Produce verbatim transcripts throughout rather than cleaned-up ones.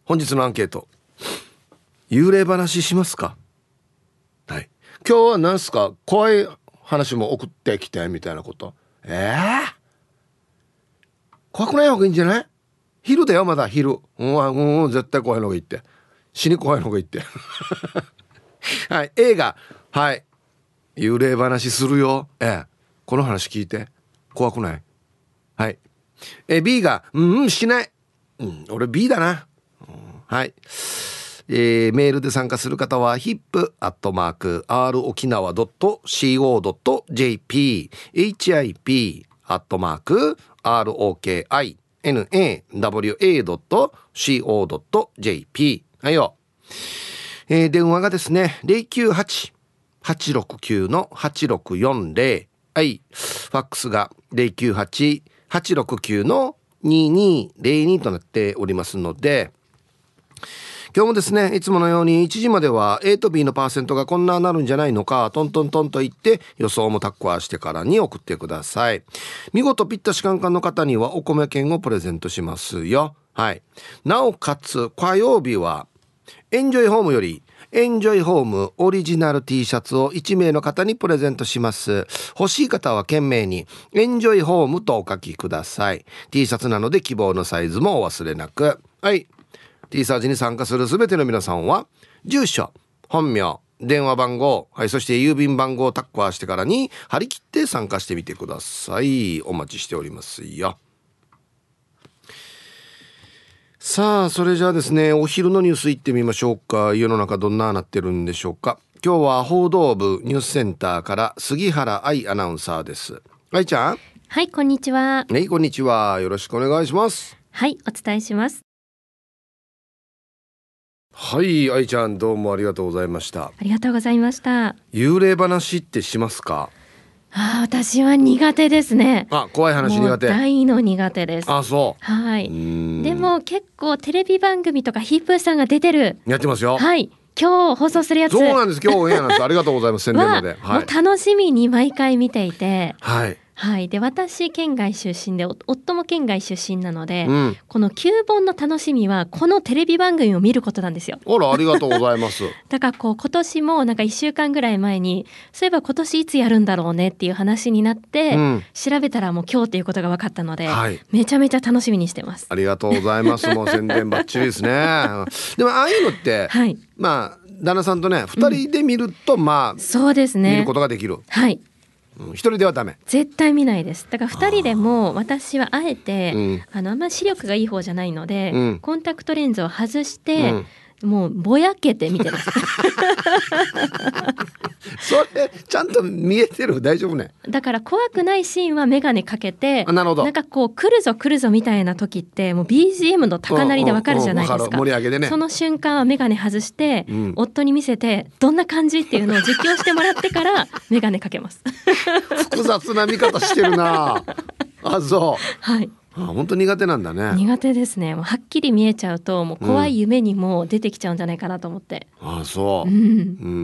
本日のアンケート、幽霊話しますか？はい、今日は何すか、怖い話も送ってきてみたいなこと。えー、怖くない方がいいんじゃない？昼だよ、まだ昼。うん、うん、絶対怖いのがいいって、死に怖いのがいいってはい、映画、はい、幽霊話するよ。ええ、この話聞いて怖くない？はい。え B がうんうんしない、うん、俺 B だな、うん、はい。えー、メールで参加する方は ヒップ アットマーク アール 沖縄 ドット シーオー ドット ジェーピー ヒップ アットマーク アール オーケーアイエヌエーダブリューエー ドット シーオー ドット ジェーピー はいよ。えー、電話がですね ゼロきゅうはち はちろくきゅう はちろくよんゼロ、はい。ファックスが ゼロきゅうはち はちろくきゅう ににゼロに となっておりますので、今日もですね、いつものようにいちじまでは A と B のパーセントがこんななるんじゃないのか、トントントンと言って予想もタッコアしてからに送ってください。見事ピッタシカンカンの方にはお米券をプレゼントしますよ。はい。なおかつ火曜日はエンジョイホームよりエンジョイホームオリジナル T シャツをいちめいの方にプレゼントします。欲しい方は懸命にエンジョイホームとお書きください。 T シャツなので希望のサイズもお忘れなく。はい。 T サージに参加するすべての皆さんは住所、本名、電話番号、はい、そして郵便番号をタッコアしてからに張り切って参加してみてください。お待ちしておりますよ。さあ、それじゃあですね、お昼のニュース行ってみましょうか。世の中どんななってるんでしょうか。今日は報道部ニュースセンターから杉原愛アナウンサーです。愛ちゃん。 はい、こんにちは。 はい、こんにちは。よろしくお願いします。 はい、お伝えします。 はい、愛ちゃん、どうもありがとうございました。 ありがとうございました。 幽霊話ってしますか？ あ、私は苦手ですね。 あ、怖い話苦手。 大の苦手です。 あ、そう。 はい。でも結構テレビ番組とかヒップーさんが出てる。 やってますよ。 はい。今日放送するやつ。 そうなんです。今日オンエアなんです。ありがとうございます。宣伝まで。 はい。もう楽しみに毎回見ていて。 はい。 はい、で私県外出身で夫も県外出身なので、 うん、 この旧本の楽しみはこのテレビ番組を見ることなんですよ。 あら、ありがとうございますだからこう今年もなんかいっしゅうかんぐらい前にそういえば今年いつやるんだろうねっていう話になって、うん、調べたらもう今日っていうことが分かったので、はい、めちゃめちゃ楽しみにしてます。 ありがとうございます。もう宣伝バッチリですねでもああいうのって、はい、まあ旦那さんとねふたりで見ると、うん、まあそうですね、 見ることができる。 はい、 一人ではダメ。 絶対見ないです。だからふたりでも私はあえて、うん、あのあんまり視力がいい方じゃないので、うん、コンタクトレンズを外して、うん、もうぼやけて見てますそれちゃんと見えてる？大丈夫ね。 だから怖くないシーンは眼鏡かけて、 なるほど。 なんかこう来るぞ来るぞみたいな時ってもう ビージーエム の高鳴りでわかるじゃないですか。 盛り上げでね。 その瞬間は眼鏡外して、うん、夫に見せてどんな感じっていうのを実況してもらってから眼鏡かけます複雑な見方してるなあ、そう。 はい、 あ、本当苦手なんだね。 苦手ですね。もうはっきり見えちゃうともう怖い夢にも出てきちゃうんじゃないかなと思って、 うん、あ、そう、 うんうん、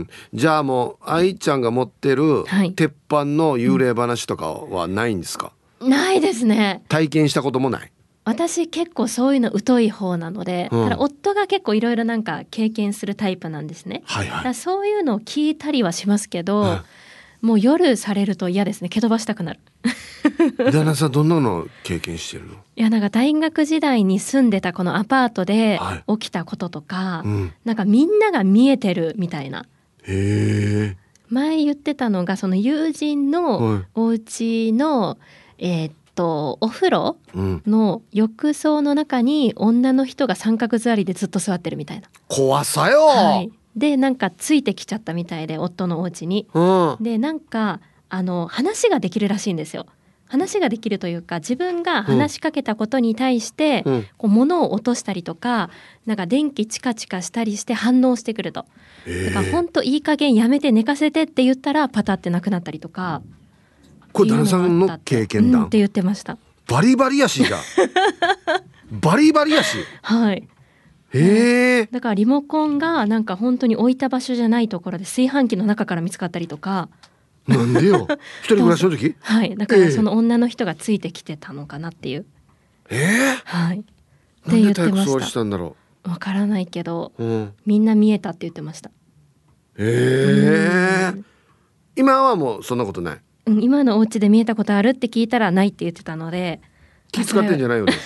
じゃあもう愛ちゃんが持ってる鉄板の幽霊話とかはないんですか？ うん、ないですね。 体験したこともない？ 私結構そういうの疎い方なので、うん、ただ夫が結構いろいろなんか経験するタイプなんですね、はいはい、だからそういうのを聞いたりはしますけど、うん、もう夜されると嫌ですね。蹴飛ばしたくなる旦那さんどんなの経験してるの？ いや、なんか大学時代に住んでたこのアパートで起きたこととか、はい、うん、なんかみんなが見えてるみたいな。 へー。 前言ってたのがその友人のお家の、はい、えーとお風呂の浴槽の中に女の人が三角座りでずっと座ってるみたいな。 怖さよ、はい、 でなんかついてきちゃったみたいで夫のお家に、うん、でなんかあの話ができるらしいんですよ。話ができるというか自分が話しかけたことに対して、うん、こう物を落としたりとかなんか電気チカチカしたりして反応してくると、だから本当いい加減やめて寝かせてって言ったらパタってなくなったりとか。 これ旦那さんの経験談、 うん、って言ってました。 バリバリやしじゃバリバリやし。 はい。へえ。だからリモコンがなんか本当に置いた場所じゃないところで炊飯器の中から見つかったりとか。 なんでよ一人暮らしの時はい。だからその女の人がついてきてたのかなっていう。 えー、 はい。って言ってました。 なんで体育座りしたんだろわからないけど、 うん、 みんな見えたって言ってました。 へえ。今はもうそんなことない。 うん、今のお家で見えたことあるって聞いたらないって言ってたので。 気使ってんじゃないよね。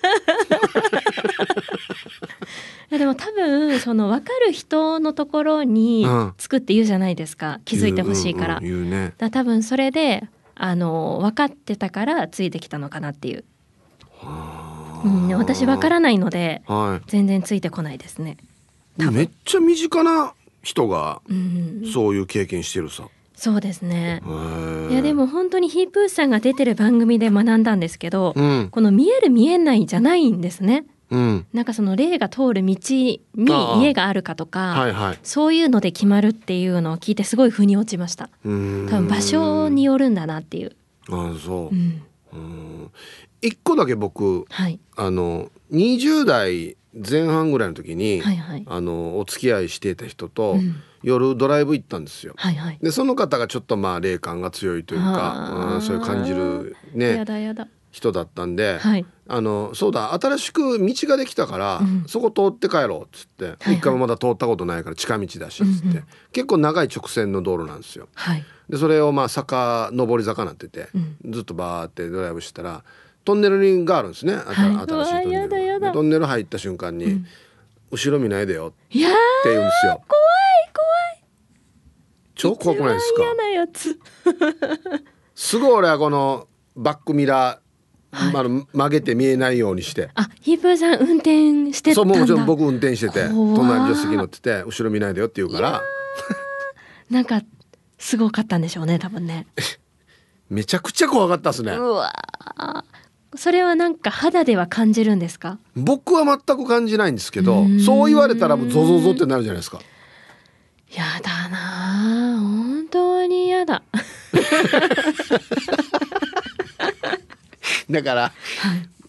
いやでも多分その分かる人のところにつくって言うじゃないですか、うん、気づいてほしいから、 言う、うんうん、言うね。 だ多分それであの分かってたからついてきたのかなっていう、うん、私分からないので、はい、全然ついてこないですね。 めっちゃ身近な人がそういう経験してるさ、うん、 そうですね。いやでも本当にヒープーさんが出てる番組で学んだんですけど、うん、この見える見えないじゃないんですね。うん、なんかその霊が通る道に家があるかとか、はいはい、そういうので決まるっていうのを聞いてすごい腑に落ちました。多分場所によるんだなっていう。 ああそう、うん、うん一個だけ僕、はい、あのにじゅう代前半ぐらいの時に、はいはい、あのお付き合いしていた人と、うん、夜ドライブ行ったんですよ、はいはい、でその方がちょっとまあ霊感が強いというか、うん、そういう感じるねやだやだ人だったんで、はい、あのそうだ新しく道ができたから、うん、そこ通って帰ろうっつって、はいはい、一回もまだ通ったことないから近道だしっつって、うんうん、結構長い直線の道路なんですよ、はい、でそれをまあ坂上り坂になってて、うん、ずっとバーってドライブしたらトンネルがあるんですね、はい、新しいトンネルやだやだトンネル入った瞬間に、うん、後ろ見ないでよって言うんですよ。怖い怖い超怖くないですか。 嫌なやつすごい俺はこのバックミラー、はい、あの曲げて見えないようにして、 あヒープーさん運転してたんだ。 そうもちろん僕運転してて隣助手席乗ってて後ろ見ないでよって言うからなんかすごかったんでしょうね多分ねめちゃくちゃ怖かったですね。 うわそれはなんか肌では感じるんですか。 僕は全く感じないんですけど、そう言われたらゾゾゾってなるじゃないですか。 やだな本当にやだだから、はい、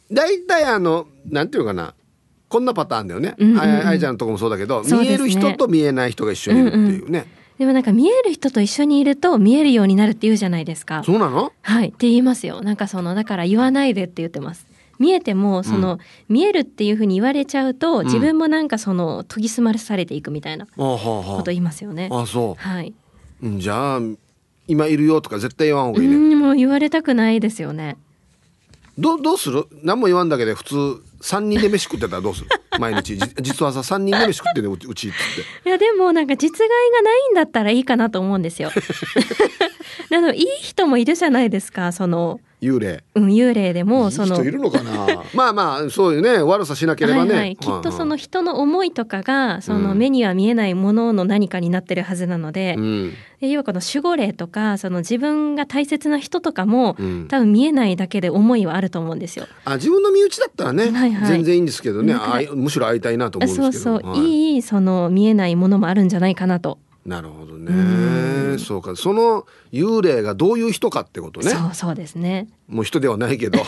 だいたいあのなんていうかなこんなパターンだよね、うんうんうん、あいちゃんのとこもそうだけど、ね、見える人と見えない人が一緒にいるっていうね、うんうん、 でもなんか見える人と一緒にいると見えるようになるって言うじゃないですか。 そうなの？ はいって言いますよ。なんかそのだから言わないでって言ってます。見えてもその、うん、見えるっていう風に言われちゃうと、うん、自分もなんかその研ぎ澄まされていくみたいなこと言いますよね。 あ、はあ、あそう。 はい。 じゃあ今いるよとか絶対言わん方がいいね。うんもう言われたくないですよね。 ど, どうする？何も言わんだけで普通さんにんで飯食ってたらどうする？毎日実はささんにんで飯食っててうちうちっていやでもなんか実害がないんだったらいいかなと思うんですよでもいい人もいるじゃないですか。その幽霊、 うん、幽霊でもそのいい人いるのかなまあまあそういうね悪さしなければね、はいはい、 きっとその人の思いとかがその目には見えないものの何かになってるはずなので、うん、で要はこの守護霊とかその自分が大切な人とかも、うん、多分見えないだけで思いはあると思うんですよ。 あ自分の身内だったらね、はいはい、全然いいんですけどね、あむしろ会いたいなと思うんですけど、 そうそう、 はい、 いいその見えないものもあるんじゃないかなと。 なるほどね。うそうかその幽霊がどういう人かってことね。 そうそうですね。 もう人ではないけど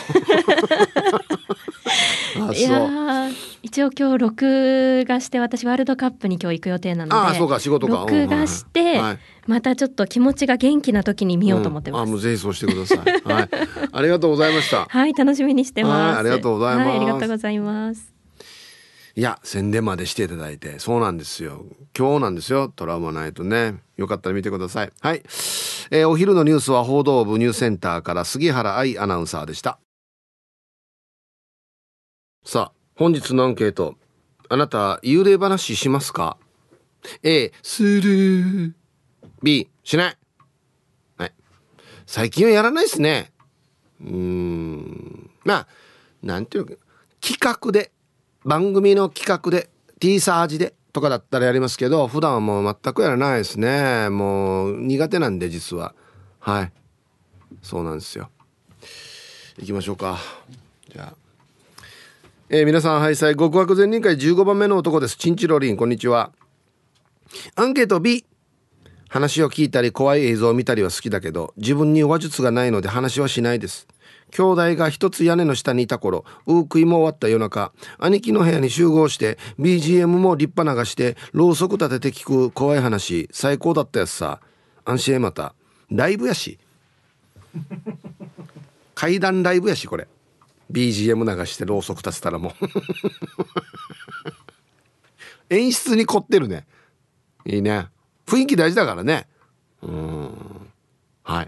あいや一応今日録画して私ワールドカップに今日行く予定なのであそうか仕事か録画して、はい、またちょっと気持ちが元気な時に見ようと思ってます、 うん、あもうぜひそうしてください、はい、ありがとうございましたはい楽しみにしてます。 ありがとうございます、はい、 ありがとうございます。 いや宣伝までしていただいてそうなんですよ今日なんですよトラウマナイトねよかったら見てください。はい、えー、お昼のニュースは報道部ニュースセンターから杉原愛アナウンサーでした。さあ本日のアンケートあなた幽霊話しますか？ A する B しない、はい、最近はやらないですね。うーんまあなんていうか企画で番組の企画で T サージでとかだったらやりますけど普段はもう全くやらないですね。もう苦手なんで実ははいそうなんですよ。行きましょうか。じゃあ、えー、皆さんハイサイ極悪善人会じゅうごばんめの男です。チンチロリンこんにちは。アンケート B 話を聞いたり怖い映像を見たりは好きだけど自分に話術がないので話はしないです。兄弟が一つ屋根の下にいた頃ウークイも終わった夜中兄貴の部屋に集合して ビージーエム も立派流してろうそく立てて聞く怖い話最高だったやつさ。安心へまたライブやし怪談ライブやしこれ ビージーエム 流してろうそく立てたらもう演出に凝ってるね。いいね。雰囲気大事だからね。うーん。はい。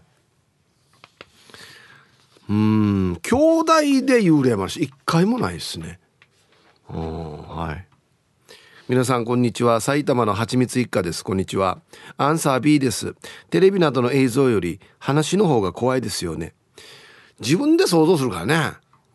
うーん。兄弟で幽霊話一回もないですね。うん。はい。皆さんこんにちは。埼玉のはちみつ一家です。こんにちは。アンサー B です。テレビなどの映像より話の方が怖いですよね。自分で想像するからね。うん。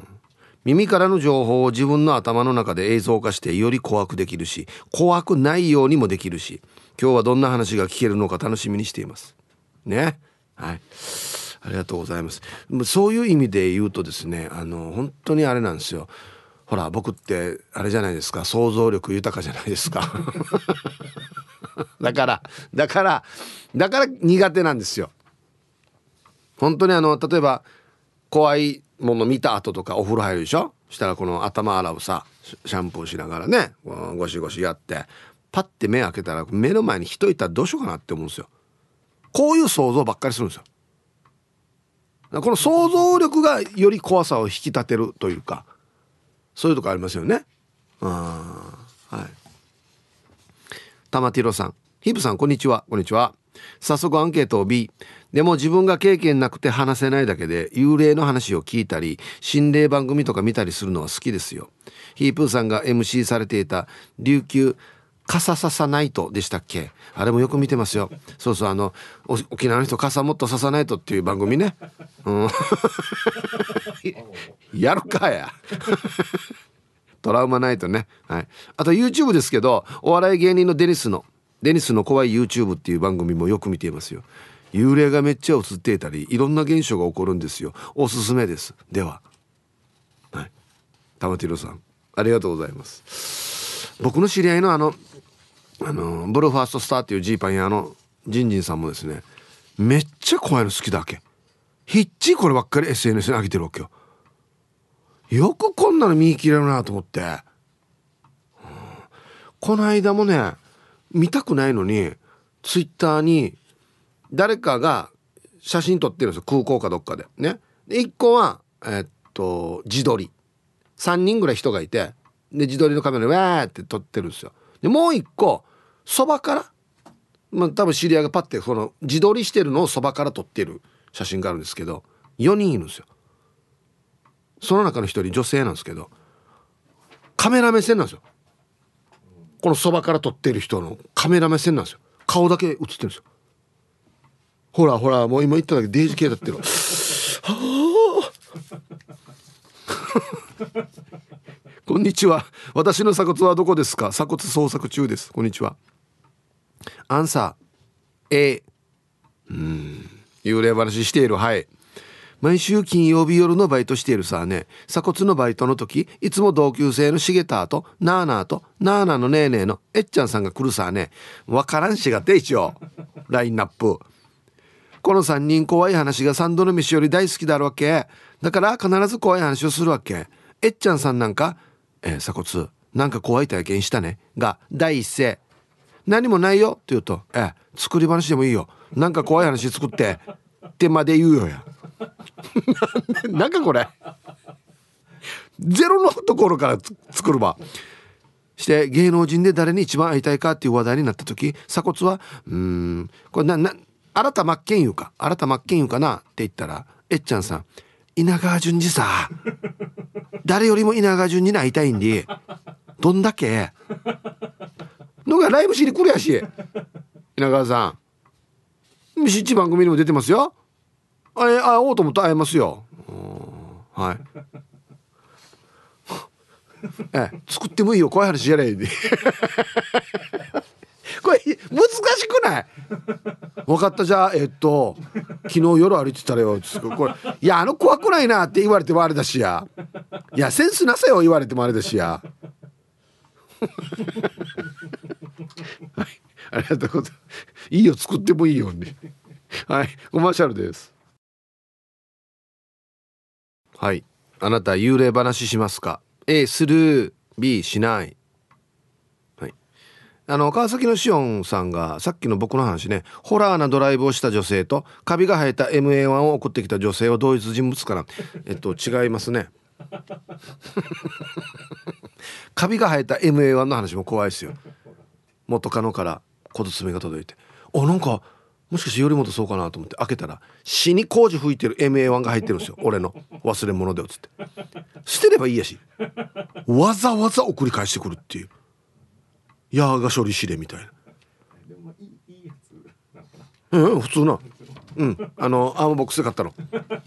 耳からの情報を自分の頭の中で映像化してより怖くできるし、怖くないようにもできるし、今日はどんな話が聞けるのか楽しみにしていますね。はい、ありがとうございます。そういう意味で言うとですね、あの本当にあれなんですよ。ほら僕ってあれじゃないですか、想像力豊かじゃないですかだからだからだから苦手なんですよ。本当にあの例えば怖いもの見た後とかお風呂入るでしょ。したらこの頭洗うさ、シャンプーしながらね、ゴシゴシやってパッて目開けたら目の前に人いたらどうしようかなって思うんですよ。こういう想像ばっかりするんですよ。この想像力がより怖さを引き立てるというか、そういうとこありますよね。あ、はい。玉ティロさん、ヒブさんこんにちは。こんにちは。早速アンケートを B。 でも自分が経験なくて話せないだけで幽霊の話を聞いたり心霊番組とか見たりするのは好きですよ。ヒープーさんが エムシー されていた琉球傘ささないとでしたっけ。あれもよく見てますよ。そうそう、あの沖縄の人傘もっとささないとっていう番組ね、うん、やるかやトラウマないとね、はい、あと YouTube ですけど、お笑い芸人のデニスのデニスの怖い YouTube っていう番組もよく見ていますよ。幽霊がめっちゃ映っていたりいろんな現象が起こるんですよ。おすすめです。では、はい、玉ティロさんありがとうございます。僕の知り合いのあのあのブルーファーストスターっていうジーパン屋のジンジンさんもですね、めっちゃ怖いの好きだっけ。ひっちこればっかり エスエヌエス に上げてるわけよ。よくこんなの見切れるなと思って、うん、この間もね見たくないのにツイッターに誰かが写真撮ってるんですよ。空港かどっかでね。でいっこはえー、っと自撮りさんにんぐらい人がいて、で自撮りのカメラでわーって撮ってるんですよ。でもういっこそばから、まあ、多分知り合いがパッてその自撮りしてるのをそばから撮ってる写真があるんですけど、よにんいるんですよ。その中のひとり女性なんですけどカメラ目線なんですよ。このそばから撮ってる人のカメラ目線なんですよ。顔だけ映ってるんですよ。ほらほら、もう今言っただけデイジ系だってるはこんにちは。私の鎖骨はどこですか。鎖骨捜索中です。こんにちは。アンサー A。 うーん、幽霊話している。はい。毎週金曜日夜のバイトしているさね。鎖骨のバイトの時いつも同級生のシゲターとナーナーとナーナーのネーネーのえっちゃんさんが来るさね。わからんしがって一応ラインナップ。このさんにん怖い話が三度の飯より大好きだろわけだから必ず怖い話をするわけ。えっちゃんさんなんかえー、鎖骨なんか怖い体験したねが第一声。何もないよって言うと、えー、作り話でもいいよ、なんか怖い話作ってってまで言うよやなんかこれゼロのところから作るばして芸能人で誰に一番会いたいかっていう話題になった時、鎖骨はうーんこれなな新田真剣佑か新田真剣佑かなって言ったら、えっちゃんさん稲川淳二さ誰よりも稲川淳二に会いたいんでどんだけのがライブしに来るやし、稲川さんミシッチ番組にも出てますよ。あえ会おうと思ったら会えますよ。はいえ作ってもいいよ怖い話やれいでこれ難しくない？分かった、じゃあえっと昨日夜歩いてたらよこれいやあの怖くないなって言われてもあれだしや、いやセンスなさよ言われてもあれだしやはい、ありがとうございます。いいよ作ってもいいよねはい、コマーシャルです。はい、あなた幽霊話しますか？ A する B しない。はい、あの川崎のしおんさんがさっきの僕の話ね、ホラーなドライブをした女性とカビが生えた エムエーワン を送ってきた女性は同一人物かなえっと違いますね。 カビが生えた エムエーワン の話も怖いですよ。元カノから小包が届いて、あ、なんかもしかしてよりもとそうかなと思って開けたら、死に工事吹いてる エムエーワン が入ってるんですよ。俺の忘れ物でっつって、捨てればいいやし、わざわざ送り返してくるっていう、ヤーが処理しれみたいな。うん、普通な、うん、あのアームボックスで買ったの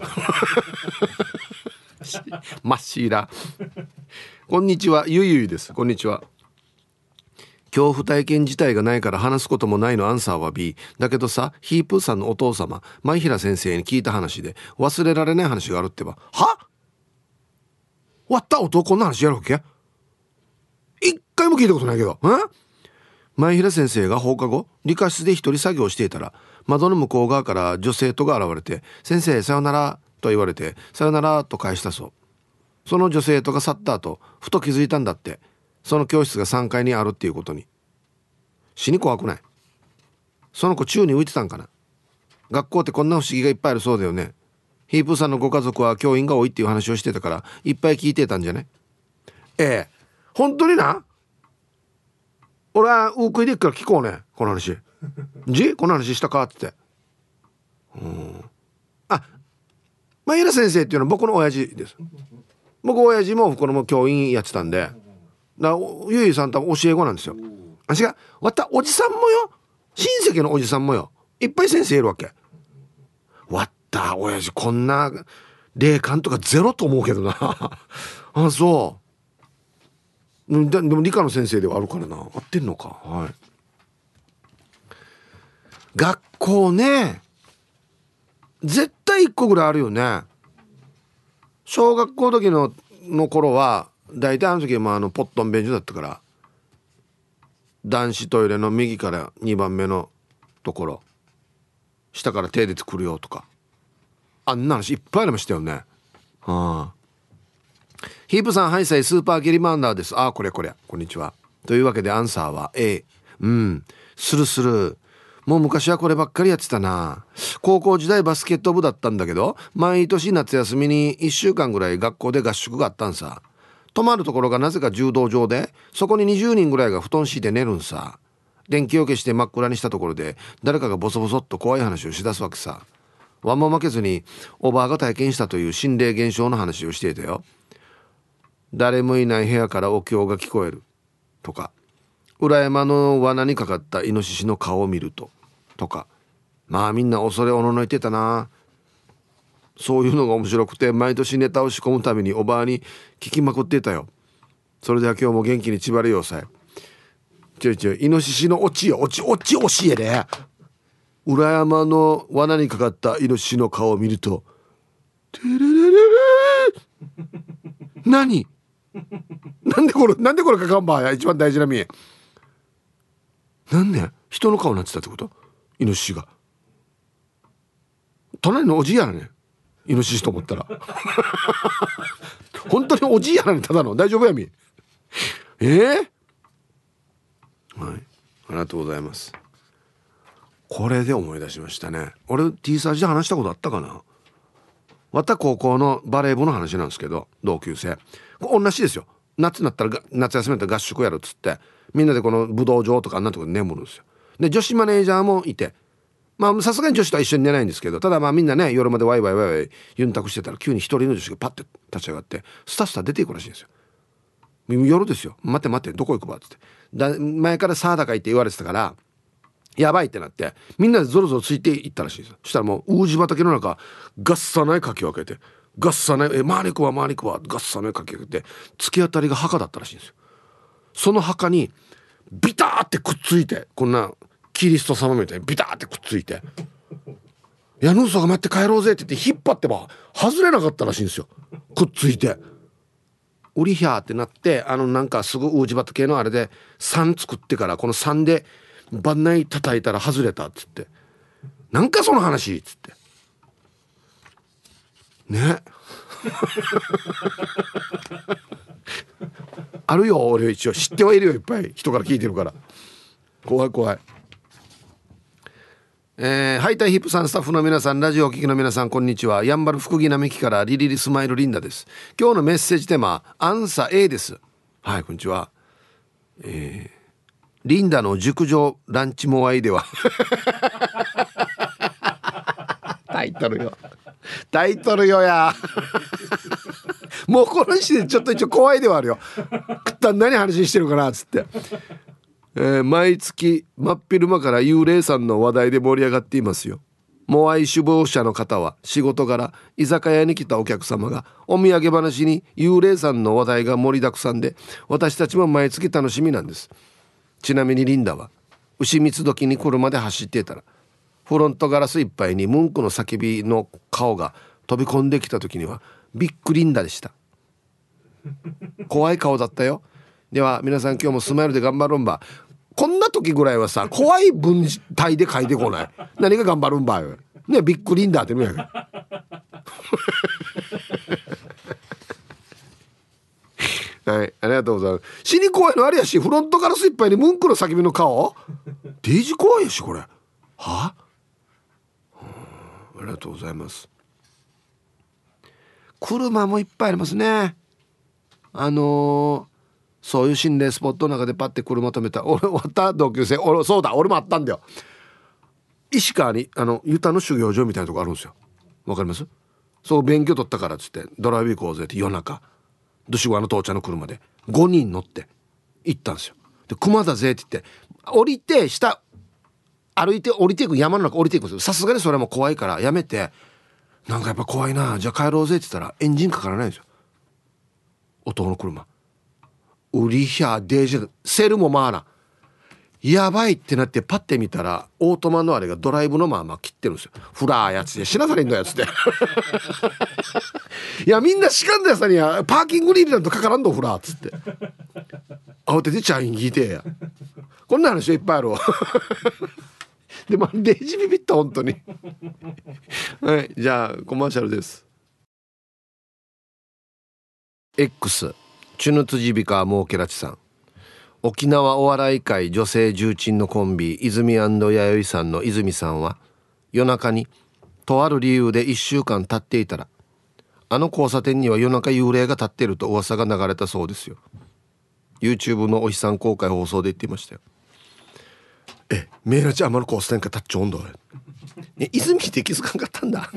真っ白。こんにちは、ゆいゆいです。こんにちは。恐怖体験自体がないから話すこともないのアンサーは B だけどさ、ヒープーさんのお父様前平先生に聞いた話で忘れられない話があるってば。はわった男こんな話やるわけ、一回も聞いたことないけど。ん前平先生が放課後理科室で一人作業していたら、窓の向こう側から女生徒が現れて、先生さよならと言われて、さよならと返したそう。その女生徒が去った後、ふと気づいたんだって。その教室がさんがいにあるっていうことに。死に怖くない？その子宙に浮いてたんかな。学校ってこんな不思議がいっぱいあるそうだよね。ヒープーさんのご家族は教員が多いっていう話をしてたから、いっぱい聞いてたんじゃない？ええ、本当にな。俺はウークイで行くから聞こうね、この話。じこの話したかって。うん。あ、前平先生っていうのは僕の親父です。僕親父もこのも教員やってたんで、だゆいさんと教え子なんですよ。あ違う、わったおじさんもよ、親戚のおじさんもよ、いっぱい先生いるわけ。わった親父こんな霊感とかゼロと思うけどなあ、そうでも理科の先生ではあるからな。合ってんのか。はい。学校ね、絶対いっこぐらいあるよね。小学校の時のの頃は大体あの時はあのポットン便所だったから、男子トイレの右からにばんめのところ、下から手出てくるよとか、あんな話いっぱいありましたよね。はあ。ヒープさん、ハイサイスーパーゲリマンダーです。あ、これこれ、こんにちは。というわけでアンサーは A。 うん、するする。もう昔はこればっかりやってたな。高校時代バスケット部だったんだけど、毎年夏休みにいっしゅうかんぐらい学校で合宿があったんさ。泊まるところがなぜか柔道場で、そこににじゅうにんぐらいが布団敷いて寝るんさ。電気を消して真っ暗にしたところで、誰かがボソボソっと怖い話をしだすわけさ。ワンも負けずにおばあが体験したという心霊現象の話をしていたよ。誰もいない部屋からお経が聞こえるとか、裏山の罠にかかったイノシシの顔を見るととか、まあみんな恐れおののいてたな。そういうのが面白くて、毎年ネタを仕込むためにおばあに聞きまくっていたよ。それでは今日も元気に縛れよさえ。ちょいちょい、イノシシのオチよ、オチオチ教えで。裏山の罠にかかったイノシシの顔を見ると、てれれれれ何なんでこれなんでこれかかんばや、一番大事な見え。なんで人の顔になってたってこと？イノシシが隣のおじいやらね、イノシシと思ったら本当におじいやらね、ただの。大丈夫やみ。えー、はい、ありがとうございます。これで思い出しましたね。俺 T サージで話したことあったかな。また高校のバレー部の話なんですけど、同級生同じですよ。夏になったら夏休みだったら合宿やるっつって、みんなでこの武道場とかあんなとこで眠るんですよ。で女子マネージャーもいて、まあさすがに女子とは一緒に寝ないんですけど、ただまあみんなね夜までワイワイワイワイユンタクしてたら、急に一人の女子がパッて立ち上がってスタスタ出ていくらしいんですよ。夜ですよ。待って待ってどこ行くばっつって、だ前からさあだかいって言われてたからやばいってなって、みんなでゾロゾロついていったらしいんですよ。そしたらもうウージ畑の中ガッサないかき分けて、ガッサないえ周りくわ周りくわガッサないかき分けて、突き当たりが墓だったらしいんですよ。その墓にビターってくっついて、こんなキリスト様みたいにビターってくっついて、ヤヌーソが待って帰ろうぜって言って引っ張ってば外れなかったらしいんですよ。くっついてウリヒャーってなって、あのなんかすぐウージ畑のあれでさん作ってから、このさんで番内叩いたら外れたっつって、なんかその話っつってねあるよ。俺一応知ってはいるよ、いっぱい人から聞いてるから。怖い怖い。 えー、ハイタイヒップさん、スタッフの皆さん、ラジオをお聞きの皆さん、こんにちは。やんばる福木並木からリリリスマイルリンダです。今日のメッセージテーマ、アンサー A です。はい、こんにちは。えー、リンダの熟女ランチモアイではタイトルよタイトルよやもうこの時点でちょっと一応怖いではあるよ。くったん何話してるかなっつって、えー、毎月真っ昼間から幽霊さんの話題で盛り上がっていますよ。モアイ首謀者の方は仕事柄居酒屋に来たお客様がお土産話に幽霊さんの話題が盛りだくさんで、私たちも毎月楽しみなんです。ちなみにリンダは牛三つ時に車で走っていたら、フロントガラスいっぱいにムンクの叫びの顔が飛び込んできた時にはビッグリンダでした。怖い顔だったよ。では皆さん、今日もスマイルで頑張るんば。こんな時ぐらいはさ、怖い文体で書いてこない。何が頑張るんばよね。ビッグリンダって言うんやはい、ありがとうございます。死に怖いのあれやし、フロントガラスいっぱいにムンクの叫びの顔デージ怖いやしこれ。はあ、ありがとうございます。車もいっぱいありますね。あのーそういう心霊スポットの中でパッて車止めた。俺終わった同級生、俺そうだ、俺もあったんだよ。石川にあのユタの修行場みたいなとこあるんですよ。わかります？そう、勉強取ったからっつってドライブ行こうぜって夜中ドシゴアの父ちゃんの車でごにん乗って行ったんですよ。で、熊だぜって言って降りて下歩いて降りていく、山の中降りていくんですよ。さすがにそれも怖いからやめて、なんかやっぱ怖いな、じゃあ帰ろうぜって言ったらエンジンかからないんですよ、男の車。ウリヒャーデージセルもまあなやばいってなってパッて見たらオートマのあれがドライブのまま切ってるんですよ。フラーやつで死なされんのやつでいやみんなしかんだやさにやパーキングリールなんとかからんのフラーっつって慌ててチャイン聞いてやこんな話いっぱいあるわでもデージビビった本当にはい、じゃあコマーシャルです。 X チュヌツジビカモーケラチさん、沖縄お笑い界女性重鎮のコンビ泉弥生さんの泉さんは夜中にとある理由でいっしゅうかん経っていたら、あの交差点には夜中幽霊が立っていると噂が流れたそうですよ。 YouTube のお日さん公開放送で言っていましたよ。え、メイラちゃんあの交差点から立っちゃうんだね、泉って気づかんかったんだ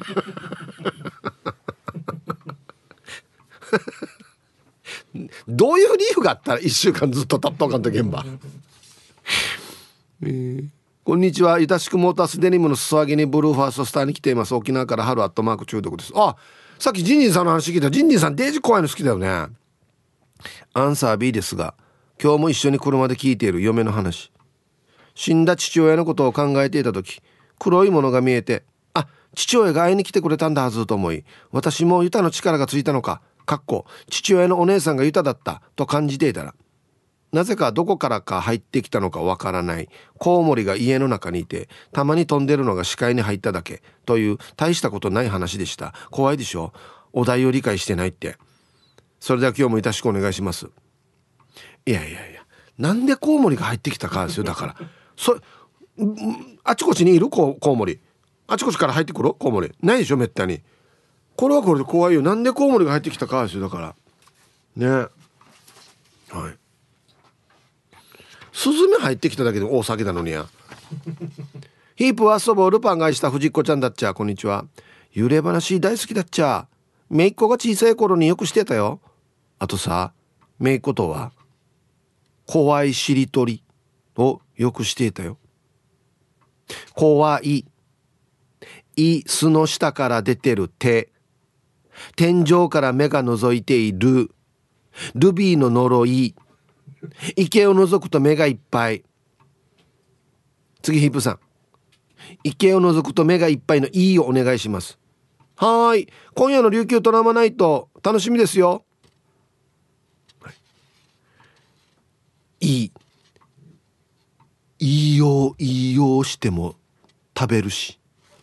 どういう理由があったらいっしゅうかんずっと立っとかんと現場、えー、こんにちは。ゆたしくモータースデニムの裾上げにブルーファーストスターに来ています。沖縄から春アットマーク中毒です。あ、さっきジンジンさんの話聞いた。ジンジンさんデージ怖いの好きだよね。アンサー B ですが、今日も一緒に車で聞いている嫁の話。死んだ父親のことを考えていた時、黒いものが見えて、あ、父親が会いに来てくれたんだはずと思い、私もユタの力がついたのか、かっこ父親のお姉さんがユタだったと感じていたら、なぜかどこからか入ってきたのかわからないコウモリが家の中にいて、たまに飛んでるのが視界に入っただけという大したことない話でした。怖いでしょ、お題を理解してないって。それでは今日もよろしくお願いします。いやいやいや、なんでコウモリが入ってきたかですよ。だからそあちこちにいるコウモリ、あちこちから入ってくるコウモリないでしょ、めったに。これはこれで怖いよ。なんでコウモリが入ってきたかですよ。だからね、はい、スズメ入ってきただけで大騒ぎなのにやヒープはそばをルパンがした藤子ちゃんだっちゃ。こんにちは。幽霊話大好きだっちゃ。めいっ子が小さい頃によくしてたよ。あとさ、めいっ子とは怖いしりとりをよくしていたよ。怖い、いすの下から出てる手、天井から目が覗いている、ルビーの呪い、池を覗くと目がいっぱい。次ヒップさん、池を覗くと目がいっぱいのいいをお願いします。はーい、今夜の琉球トラマナイト楽しみですよ。いい、いいよいいよしても食べるし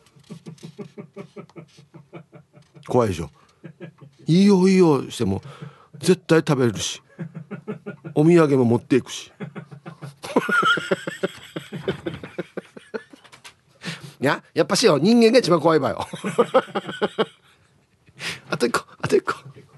怖いでしょ。いいよいいよしても絶対食べれるし、お土産も持っていくしいややっぱしよ人間が一番怖い場よあと一個あと一個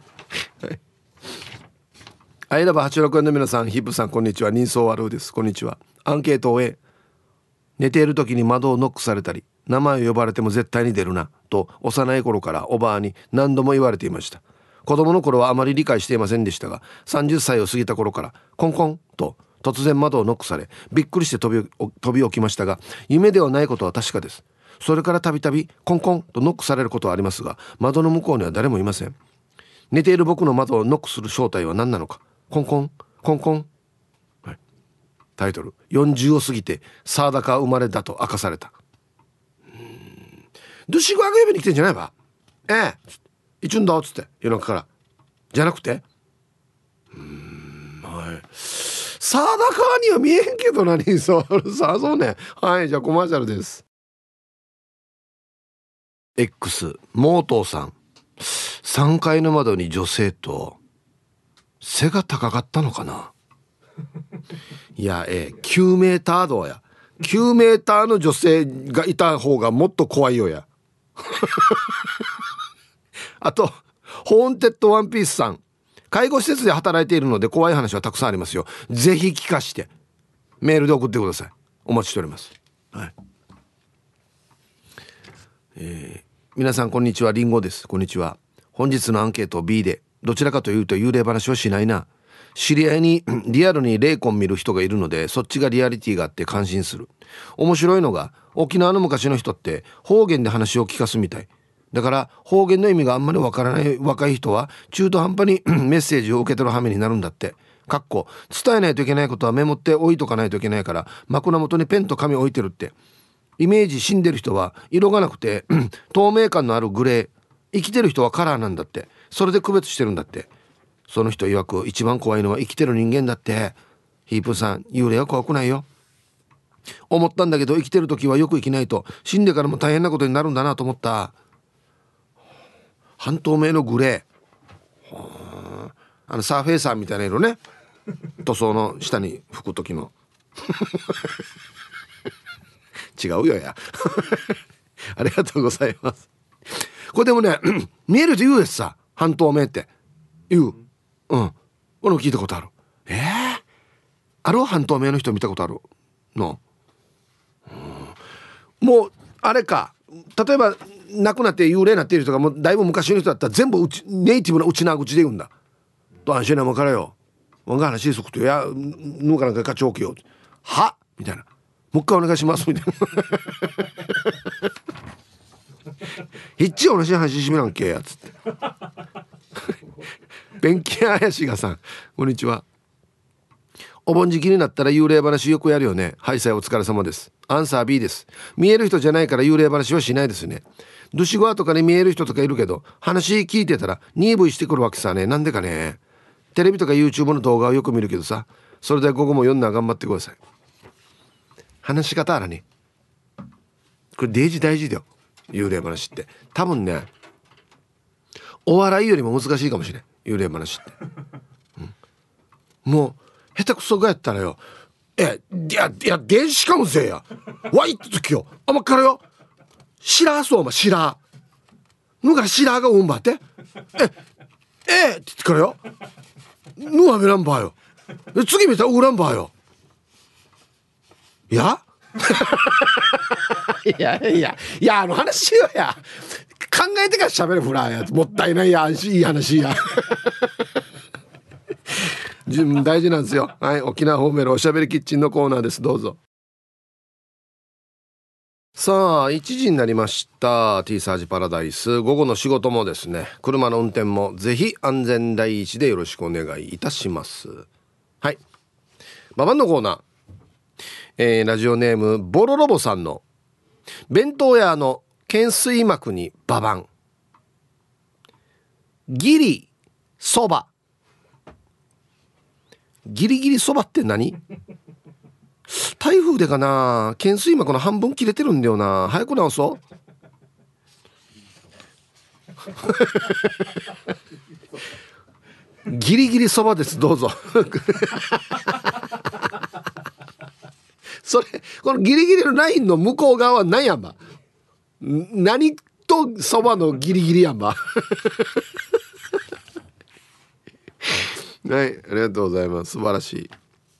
アイラバはちじゅうろくえんの皆さん、ヒップさんこんにちは。人相悪うです。こんにちは。アンケートを A、 寝ている時に窓をノックされたり名前を呼ばれても絶対に出るなと幼い頃からおばあに何度も言われていました。子供の頃はあまり理解していませんでしたが、さんじゅっさいを過ぎた頃からコンコンと突然窓をノックされびっくりして飛び、飛び起きましたが、夢ではないことは確かです。それからたびたびコンコンとノックされることはありますが、窓の向こうには誰もいません。寝ている僕の窓をノックする正体は何なのか。コンコンコンコン、はい、タイトル、よんじゅうを過ぎてサーダカ生まれだと明かされた。うーんドゥシゴアが呼びに来てんじゃないば。ええ一応んだっつって夜中からじゃなくて、うーんはいサーダカには見えんけど何そうさあそうね。はい、じゃあコマーシャルです。 X モートーさん、さんがいの窓に女性と背が高かったのかな。いやえー、きゅうメーターどうやきゅうメーターの女性がいた方がもっと怖いよやあとホーンテッドワンピースさん、介護施設で働いているので怖い話はたくさんありますよ。ぜひ聞かしてメールで送ってください。お待ちしております、はいえー、皆さんこんにちは、リンゴです。こんにちは。本日のアンケート B で、どちらかというと幽霊話はしないな。知り合いにリアルに霊魂見る人がいるので、そっちがリアリティがあって感心する。面白いのが沖縄の昔の人って方言で話を聞かすみたいだから、方言の意味があんまりわからない若い人は中途半端にメッセージを受け取る羽目になるんだって。かっこ伝えないといけないことはメモって置いとかないといけないから枕元にペンと紙置いてるって。イメージ死んでる人は色がなくて透明感のあるグレー、生きてる人はカラーなんだって。それで区別してるんだって。その人曰く一番怖いのは生きてる人間だって。ヒープさん、幽霊は怖くないよ。思ったんだけど生きてる時はよく生きないと死んでからも大変なことになるんだなと思った。半透明のグレー、はあ、あのサーフェイサーみたいな色ね塗装の下に拭く時の違うよやありがとうございます。これでもね見えると言うやつさ、半透明って言う。うん俺も聞いたことある。えー、ある半透明の人見たことあるの、うん、もうあれか、例えば亡くなって幽霊になっている人がもうだいぶ昔の人だったら全部うちネイティブなうちな口で言うんだと。安心なもんからよわんが話すくとやぬかなんか課長きよはみたいな、もう一回お願いしますみたいなひっち同じ話しみらんけやつって弁慶怪しがさんこんにちは。お盆時期になったら幽霊話よくやるよね。はいさいお疲れ様です。アンサー B です。見える人じゃないから幽霊話はしないですね。ドゥシゴアとかに見える人とかいるけど話聞いてたら鈍いしてくるわけさね。なんでかね。テレビとか YouTube の動画をよく見るけどさ、それで午後も読んだら頑張ってください。話し方あらね、これデイジ大事だよ幽霊話って。多分ねお笑いよりも難しいかもしれん幽霊話って、うん、もう下手くそがやったらよ、えいやいや電子かもせやわいって時よあまっからよシラーそうまシラーぬからシラーがうんばってええって言ってからよぬはめらんばよ次見たらうらんばよいやいやいやいやあの話よや考えてから喋るフラーやもったいないやいい話や大事なんですよ。はい、沖縄方面のおしゃべりキッチンのコーナーです。どうぞ。さあいちじになりました。 T サージパラダイス、午後の仕事もですね、車の運転もぜひ安全第一でよろしくお願いいたします。はい、ババンのコーナー、えー、ラジオネームボロロボさんの弁当屋の懸垂幕にババン、ギリそば。ギリギリそばって何？台風でかな、懸垂幕の半分切れてるんだよな。早く直そうギリギリそばです。どうぞそれこのギリギリのラインの向こう側は何やば何とそばのギリギリやんばはい、ありがとうございます。素晴らしい。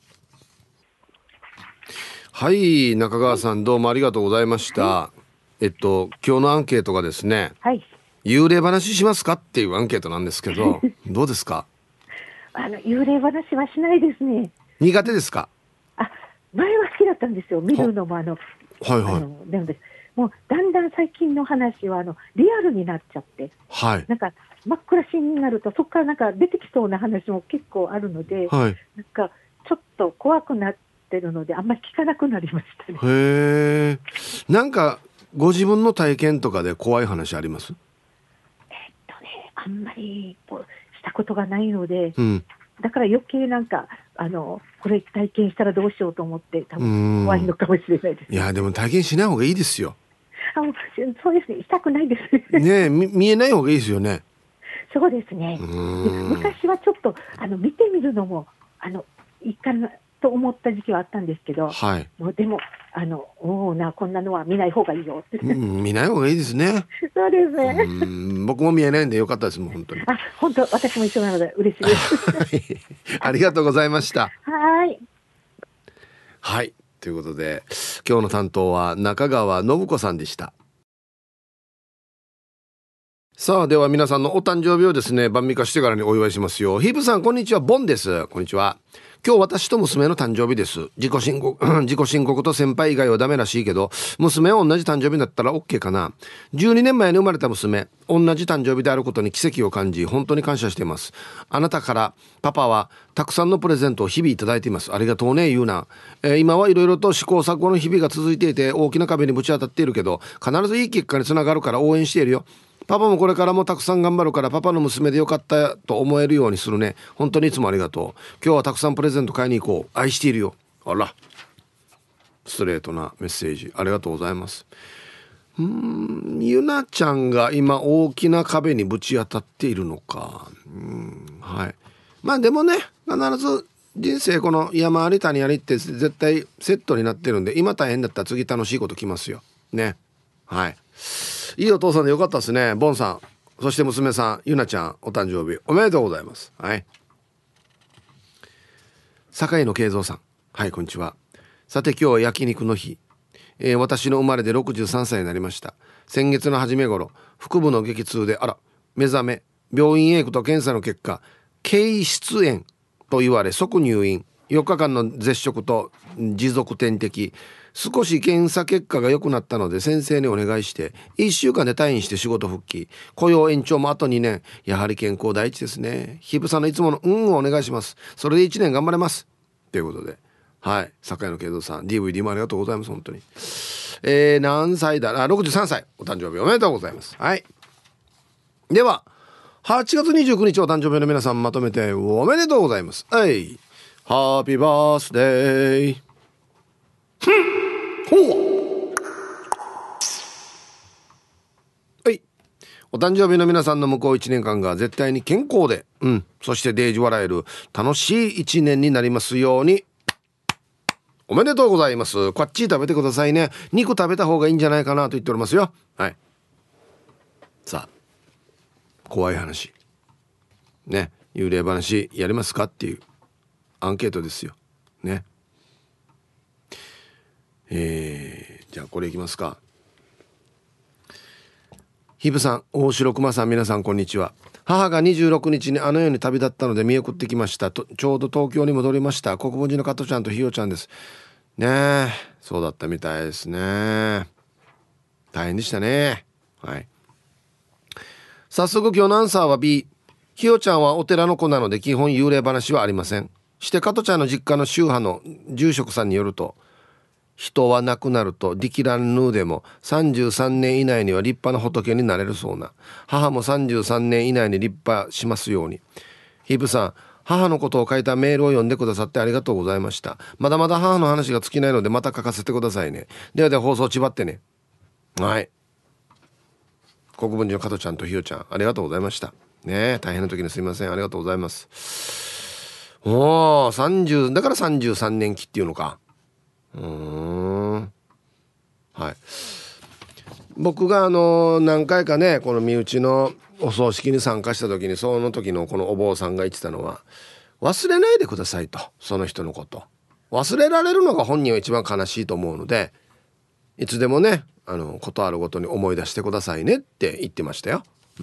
はい、中川さんどうもありがとうございました、はい、えっと今日のアンケートがですね、 はい、 幽霊話しますかっていうアンケートなんですけどどうですか？ あの幽霊話はしないですね。 苦手ですか？ あ、前は好きだったんですよ、見るのも。あのはいはい、 あのでもですもうだんだん最近の話はあのリアルになっちゃって、 はい、 なんか真っ暗しになるとそこからなんか出てきそうな話も結構あるので、 はい、 なんかちょっと怖くなってるのであんまり聞かなくなりましたね。 へえ。なんかご自分の体験とかで怖い話あります？ えっとね、あんまりこうしたことがないので、 うん、 だから余計なんかあのこれ体験したらどうしようと思って多分怖いのかもしれないです。 いやでも体験しない方がいいですよ。 あ、そうですね、したくないですねえ、見、見えない方がいいですよね。 そうですね。で昔はちょっとあの見てみるのもあのいいかなと思った時期はあったんですけど、 はい、 もうでもあのおーなこんなのは見ない方がいいよって、 うん、見ない方がいいですね。 そうですね。 うん、僕も見えないんでよかったですもん本当に。 あ、本当私も一緒なので嬉しいですありがとうございました。 はい。 はい、ということで今日の担当は中川信子さんでした。さあでは皆さんのお誕生日をですね晩御飯してからにお祝いしますよ。ヒープさんこんにちは、ボンです。こんにちは。今日私と娘の誕生日です。自己申告自己申告と先輩以外はダメらしいけど娘は同じ誕生日だったら OK かな。じゅうにねんまえに生まれた娘、同じ誕生日であることに奇跡を感じ本当に感謝しています。あなたからパパはたくさんのプレゼントを日々いただいています。ありがとうねゆうな、えー、今はいろいろと試行錯誤の日々が続いていて大きな壁にぶち当たっているけど必ずいい結果につながるから応援しているよ。パパもこれからもたくさん頑張るからパパの娘でよかったと思えるようにするね。本当にいつもありがとう。今日はたくさんプレゼント買いに行こう。愛しているよ。あらストレートなメッセージありがとうございます。うーん、ゆなちゃんが今大きな壁にぶち当たっているのか。うーん、はい。まあでもね必ず人生この山あり谷ありって絶対セットになってるんで今大変だったら次楽しいこと来ますよね。はい、いいお父さんでよかったですね。ボンさんそして娘さんゆなちゃんお誕生日おめでとうございます。はい、坂井の慶三さん、はいこんにちは。さて今日は焼肉の日、えー、私の生まれでろくじゅうさんさいになりました。先月の初め頃腹部の激痛であら目覚め病院へ行くと検査の結果憩室炎と言われ即入院。よっかかんの絶食と持続点滴。少し検査結果が良くなったので先生にお願いしていっしゅうかんで退院して仕事復帰。雇用延長もあとにねん。やはり健康第一ですね。ヒブさんのいつもの運をお願いします。それでいちねん頑張れますということで、はい、坂井の慶三さん ディーブイディー もありがとうございます。本当に、えー、何歳だあろくじゅうさんさいお誕生日おめでとうございます。はい、でははちがつにじゅうくにちお誕生日の皆さんまとめておめでとうございます。はい、ハッピーバースデー。ほう、はい、お誕生日の皆さんの向こういちねんかんが絶対に健康で、うん、そしてデージ笑える楽しいいちねんになりますように。おめでとうございます。こっち食べてくださいね。肉食べた方がいいんじゃないかなと言っておりますよ。はい、さあ怖い話ね、幽霊話やりますかっていうアンケートですよね。えー、じゃあこれいきますか。ひぶさん、大城熊さん、皆さんこんにちは。母がにじゅうろくにちにあの世に旅立ったので見送ってきましたと。ちょうど東京に戻りました。国分寺の加トちゃんとひよちゃんですね。えそうだったみたいですね。大変でしたね。はい、早速今日のアンサーは B。 ひよちゃんはお寺の子なので基本幽霊話はありません。して加トちゃんの実家の宗派の住職さんによると、人は亡くなるとディキランヌーでもさんじゅうさんねん以内には立派な仏になれるそうな。母もさんじゅうさんねん以内に立派しますように。ヒープさん、母のことを書いたメールを読んでくださってありがとうございました。まだまだ母の話が尽きないのでまた書かせてくださいね。ではでは放送ちばってね。はい、国分寺の加トちゃんとひよちゃんありがとうございましたね。大変な時にすいません、ありがとうございます。おーさんじゅうだからさんじゅうさんねん期っていうのか。うーん、はい。 僕があの何回かねこの身内のお葬式に参加した時に、その時のこのお坊さんが言ってたのは、忘れないでくださいと。その人のこと忘れられるのが本人は一番悲しいと思うので、いつでもねあのことあるごとに思い出してくださいねって言ってましたよ。うん。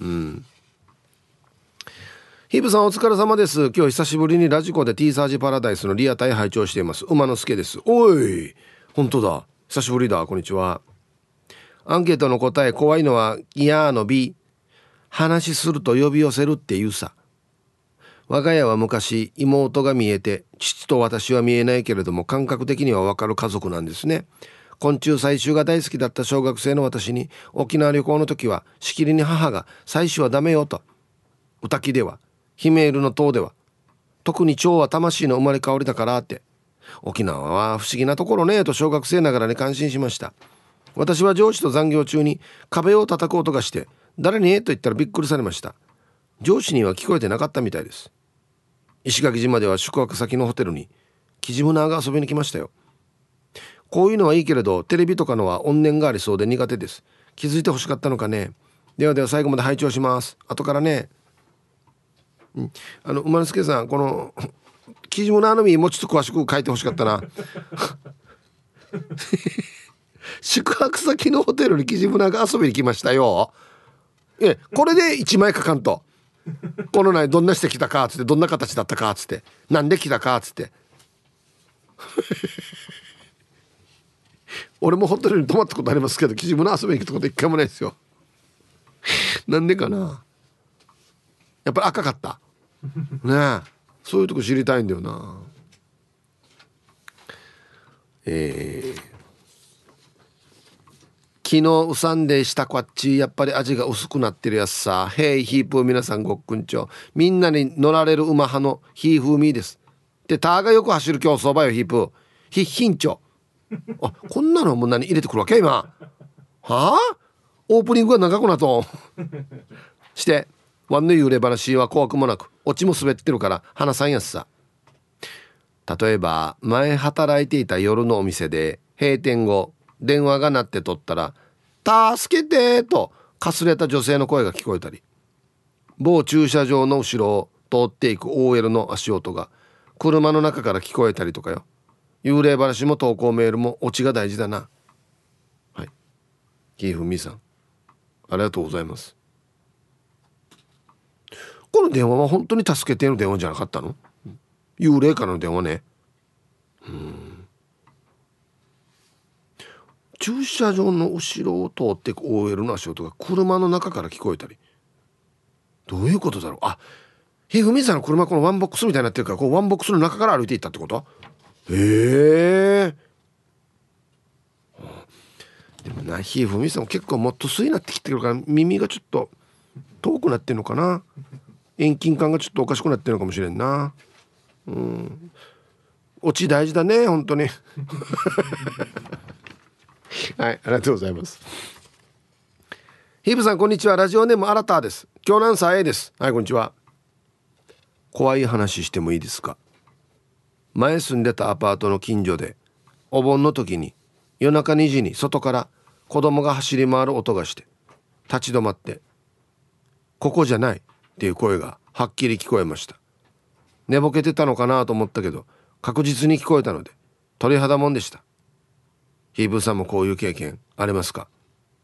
ヒープさんお疲れ様です。今日久しぶりにラジコで T サージパラダイスのリアタイ拝聴しています。馬之助です。おい本当だ、久しぶりだ。こんにちは。アンケートの答え、怖いのは嫌の B、 話すると呼び寄せるっていうさ。我が家は昔妹が見えて父と私は見えないけれども感覚的にはわかる家族なんですね。昆虫採集が大好きだった小学生の私に沖縄旅行の時はしきりに母が採集はダメよと、歌木ではヒメールの塔では特に蝶は魂の生まれ変わりだからって、沖縄は不思議なところねと小学生ながらに感心しました。私は上司と残業中に壁を叩く音がして誰にと言ったらびっくりされました。上司には聞こえてなかったみたいです。石垣島では宿泊先のホテルにキジムナーが遊びに来ましたよ。こういうのはいいけれどテレビとかのは怨念がありそうで苦手です。気づいてほしかったのかね。ではでは最後まで拝聴します。後からね。うん、あの馬之助さん、このキジムナーの実もうちょっと詳しく書いてほしかったな宿泊先のホテルにキジムナーが遊びに来ましたよ。えこれでいちまい書かんとこの内どんなしてきたかっつって、どんな形だったかっつって、なんで来たかっつって俺もホテルに泊まったことありますけどキジムナー遊びに行くこと一回もないですよ。なんでかな、やっぱり赤かったねえ、そういうとこ知りたいんだよな。えー、昨日うさんでしたこっちやっぱり味が薄くなってるやつさ。ヘイヒープー皆さんごっくんちょ。みんなに乗られる馬派のヒーフーミーです。でターがよく走る競走馬よヒープーヒッヒンチョ。あこんなのもう何入れてくるわけ今はあ。オープニングが長くなとしてワンの幽霊話は怖くもなくオチも滑ってるから話さんやつさ。例えば前働いていた夜のお店で閉店後電話が鳴って取ったら助けてとかすれた女性の声が聞こえたり、某駐車場の後ろを通っていく オーエル の足音が車の中から聞こえたりとかよ。幽霊話も投稿メールもオチが大事だな。はい、キーフミさんありがとうございます。この電話は本当に助けての電話じゃなかったの？幽霊からの電話ね。うーん、駐車場の後ろを通っていく オーエル の足音が車の中から聞こえたり、どういうことだろう。あ、ひふみさんの車このワンボックスみたいになってるから、こうワンボックスの中から歩いていったってこと？へえ。でもな、ひふみさんも結構もっと薄いなってきてるから耳がちょっと遠くなってんのかな。遠近感がちょっとおかしくなってるのかもしれんな。うん、オチ大事だね本当にはい、ありがとうございます。ヒープさんこんにちは。ラジオネームアラターです。今日何歳 A です。はいこんにちは。怖い話してもいいですか？前住んでたアパートの近所でお盆の時に夜中にじに外から子供が走り回る音がして立ち止まってここじゃないっていう声がはっきり聞こえました。寝ぼけてたのかなと思ったけど確実に聞こえたので鳥肌もんでした。ヒーブーさんもこういう経験ありますか？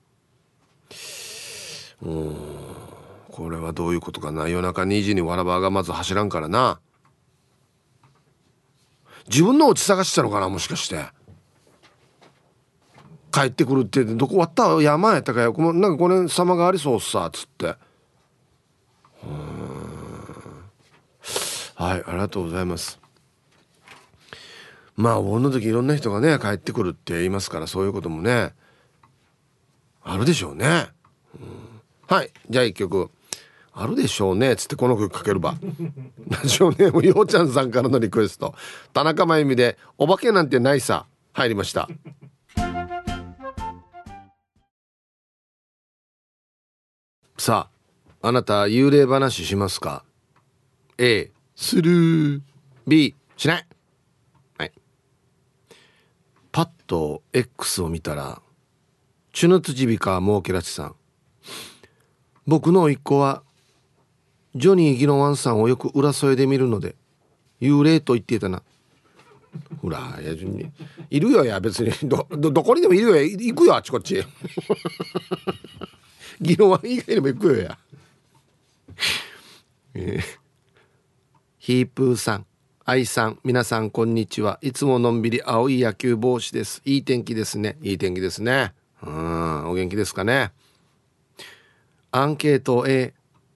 うーん、これはどういうことかな。夜中にじにわらばがまず走らんからな。自分のお家探したのかな、もしかして帰ってくるってどこ割った山やったかよ、なんかこれ様がありそうっさつって。うーん、はい、ありがとうございます。まあお盆の時いろんな人がね帰ってくるって言いますから、そういうこともねあるでしょうね。うん、はい、じゃあ一曲あるでしょうねっつってこの曲かけるばラジオネームようちゃんさんからのリクエスト、田中真由美でお化けなんてないさ入りました。さああなた幽霊話しますか？ A する B しない。はい、パッと X を見たらチュヌツジビカモーケラチさん、僕の甥っ子はジョニー・ギノワンさんをよく裏添えで見るので幽霊と言っていたな。ほらやいるよや、別に ど, ど, どこにでもいるよ、行くよあっちこっちギノワン以外にも行くよや、えー、ヒープーさん、アイさん、皆さんこんにちは。いつものんびり青い野球帽子です。いい天気ですね。いい天気ですね。うん、お元気ですかね。アンケート A、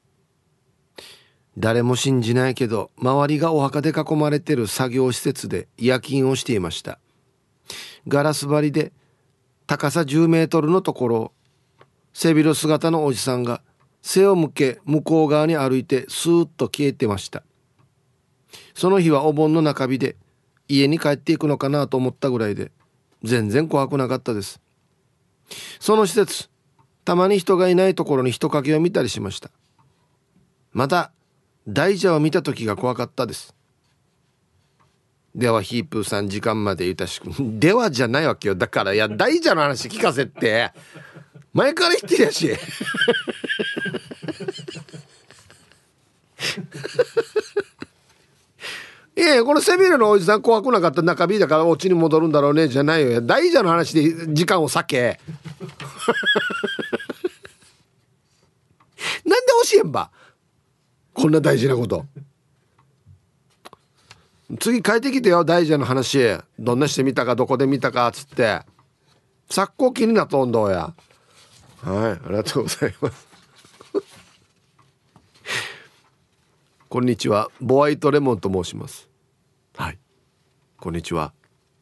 誰も信じないけど周りがお墓で囲まれてる作業施設で夜勤をしていました。ガラス張りで高さじゅうメートルのところを背広姿のおじさんが背を向け向こう側に歩いてスーッと消えてました。その日はお盆の中日で家に帰っていくのかなと思ったぐらいで全然怖くなかったです。その施設、たまに人がいないところに人影を見たりしました。また大蛇を見た時が怖かったです。ではヒープーさん、時間までゆたしく。ではじゃないわけよ。だから、いや大蛇の話聞かせって前から言ってるやしいやいや、この背広のおじさん怖くなかった、中日だからお家に戻るんだろうねじゃないよ。大蛇の話で時間を避けなんで教えんば、こんな大事なこと。次帰ってきてよ、大蛇の話どんなしてみたか、どこで見たかっつって。昨今気になっとんどうや。はい、ありがとうございますこんにちは、ボワイトレモンと申します。はい、こんにちは。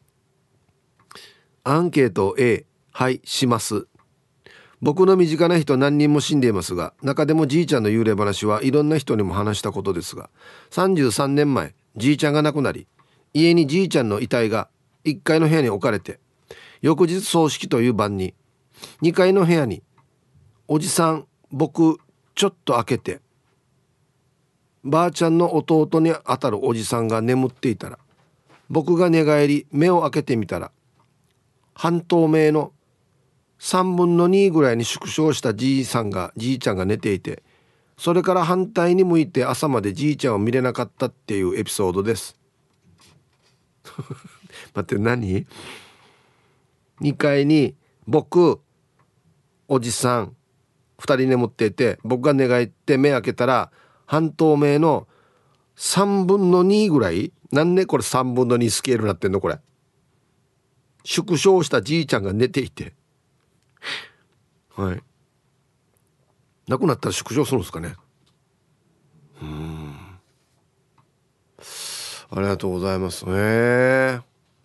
アンケート A、 はいします。僕の身近な人何人も死んでいますが、中でもじいちゃんの幽霊話はいろんな人にも話したことですが、さんじゅうさんねんまえじいちゃんが亡くなり、家にじいちゃんの遺体がいっかいの部屋に置かれて、翌日葬式という晩ににかいの部屋におじさん僕ちょっと開けて、ばあちゃんの弟にあたるおじさんが眠っていたら、僕が寝返り目を開けてみたら、半透明のさんぶんのにぐらいに縮小したじいさんがじいちゃんが寝ていて、それから反対に向いて朝までじいちゃんを見れなかったっていうエピソードです待って、何？にかいに僕おじさんふたり眠っていて、僕が寝返って目開けたら半透明のさんぶんのにぐらい、なんでこれさんぶんのにスケールになってんのこれ、縮小したじいちゃんが寝ていて、はい、亡くなったら縮小するんですかね。うーん、ありがとうございますね。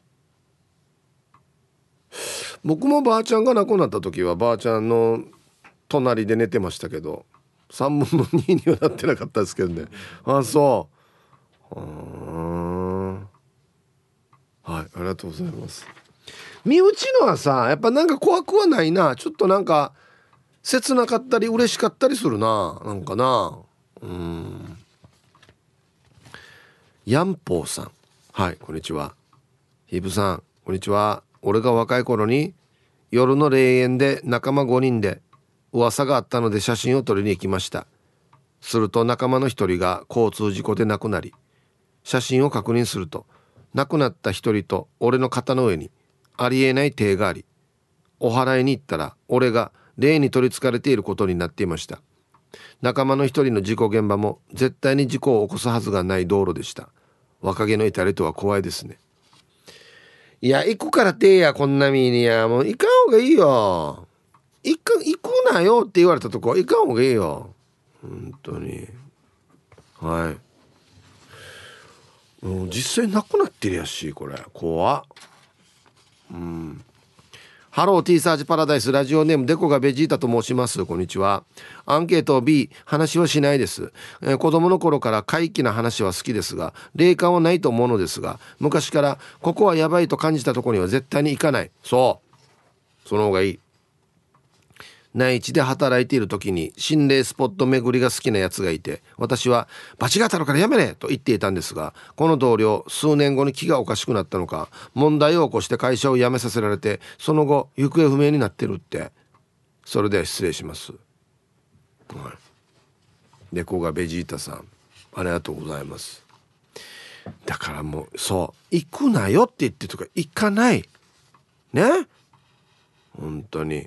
僕もばあちゃんが亡くなった時はばあちゃんの隣で寝てましたけど、さんぶんのににはなってなかったですけどね。あ、そう、うーん、はい、ありがとうございます。身内のはさ、やっぱなんか怖くはないな。ちょっとなんか切なかったり嬉しかったりするな、なんかな。うーん、ヤンポーさん、はい、こんにちは。ヒープさん、こんにちは。俺が若い頃に夜の霊園で仲間ごにんで噂があったので写真を撮りに行きました。すると仲間の一人が交通事故で亡くなり、写真を確認すると亡くなった一人と俺の肩の上にありえない手があり、お祓いに行ったら俺が霊に取りつかれていることになっていました。仲間の一人の事故現場も絶対に事故を起こすはずがない道路でした。若気の至りとは怖いですね。いや、行くからてや、こんなみにや、もう行かん方がいいよ。行く、行くなよって言われたとこ行かん方がいいよ、本当に。はい、もう実際なくなってるやし、これ怖っ。うん。ハロー T サージパラダイス、ラジオネームデコがベジータと申します。こんにちは。アンケート B、 話はしないです、えー、子供の頃から怪奇な話は好きですが霊感はないと思うのですが、昔からここはやばいと感じたところには絶対に行かない。そうその方がいい。内地で働いている時に心霊スポット巡りが好きなやつがいて、私はバチが当たるからやめれと言っていたんですが、この同僚数年後に気がおかしくなったのか問題を起こして会社を辞めさせられて、その後行方不明になってるって。 それでは失礼します。はい、猫がベジータさんありがとうございます。だからもうそう行くなよって言ってとか行かないね、本当に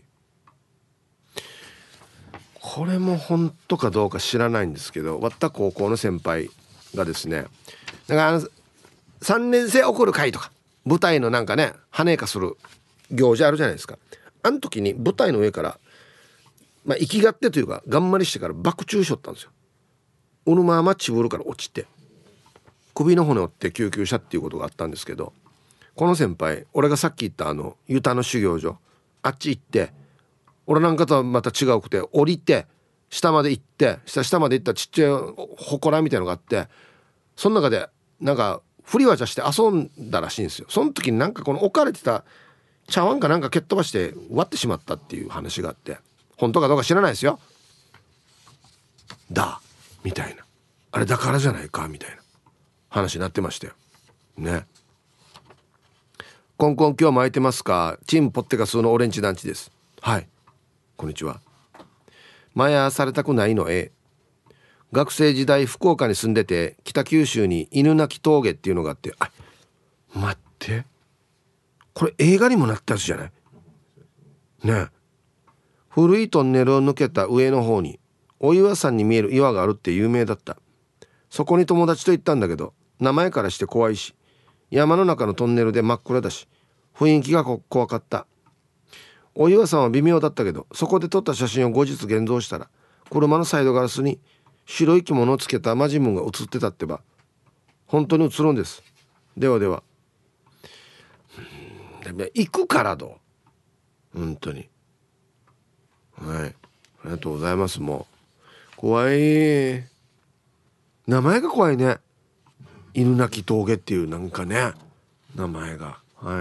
これも本当かどうか知らないんですけど、わった高校の先輩がですね、だからあのさんねん生送る会とか舞台のなんかね羽根かする行事あるじゃないですか。あの時に舞台の上からまあ生きがってというか頑張りしてから爆中しとったんですよ。うぬままちぶるから落ちて首の骨折って救急車っていうことがあったんですけど、この先輩俺がさっき言ったあのユタの修行所あっち行って、俺なんかとはまた違うくて降りて下まで行って下下まで行ったちっちゃい祠みたいのがあって、その中でなんか振り技して遊んだらしいんですよ。その時になんかこの置かれてた茶碗かなんか蹴っ飛ばして割ってしまったっていう話があって、本当かどうか知らないですよ。だみたいな、あれだからじゃないかみたいな話になってましたよね。コンコン今日も空いてますか。チームポッテガスのオレンジ団地です。はい、こんにちは。マヤされたくないの A。 学生時代福岡に住んでて北九州に犬鳴峠っていうのがあって、あ、待ってこれ映画にもなったやつじゃないね。古いトンネルを抜けた上の方にお岩さんに見える岩があるって有名だった。そこに友達と行ったんだけど名前からして怖いし、山の中のトンネルで真っ暗だし雰囲気が怖かった。お岩さんは微妙だったけど、そこで撮った写真を後日現像したら車のサイドガラスに白い着物をつけたマジムンが写ってたってば、本当に写るんです。ではでは。行くからどう本当に、はい、ありがとうございます。もう怖い、名前が怖いね。犬鳴峠っていうなんかね名前が。はい、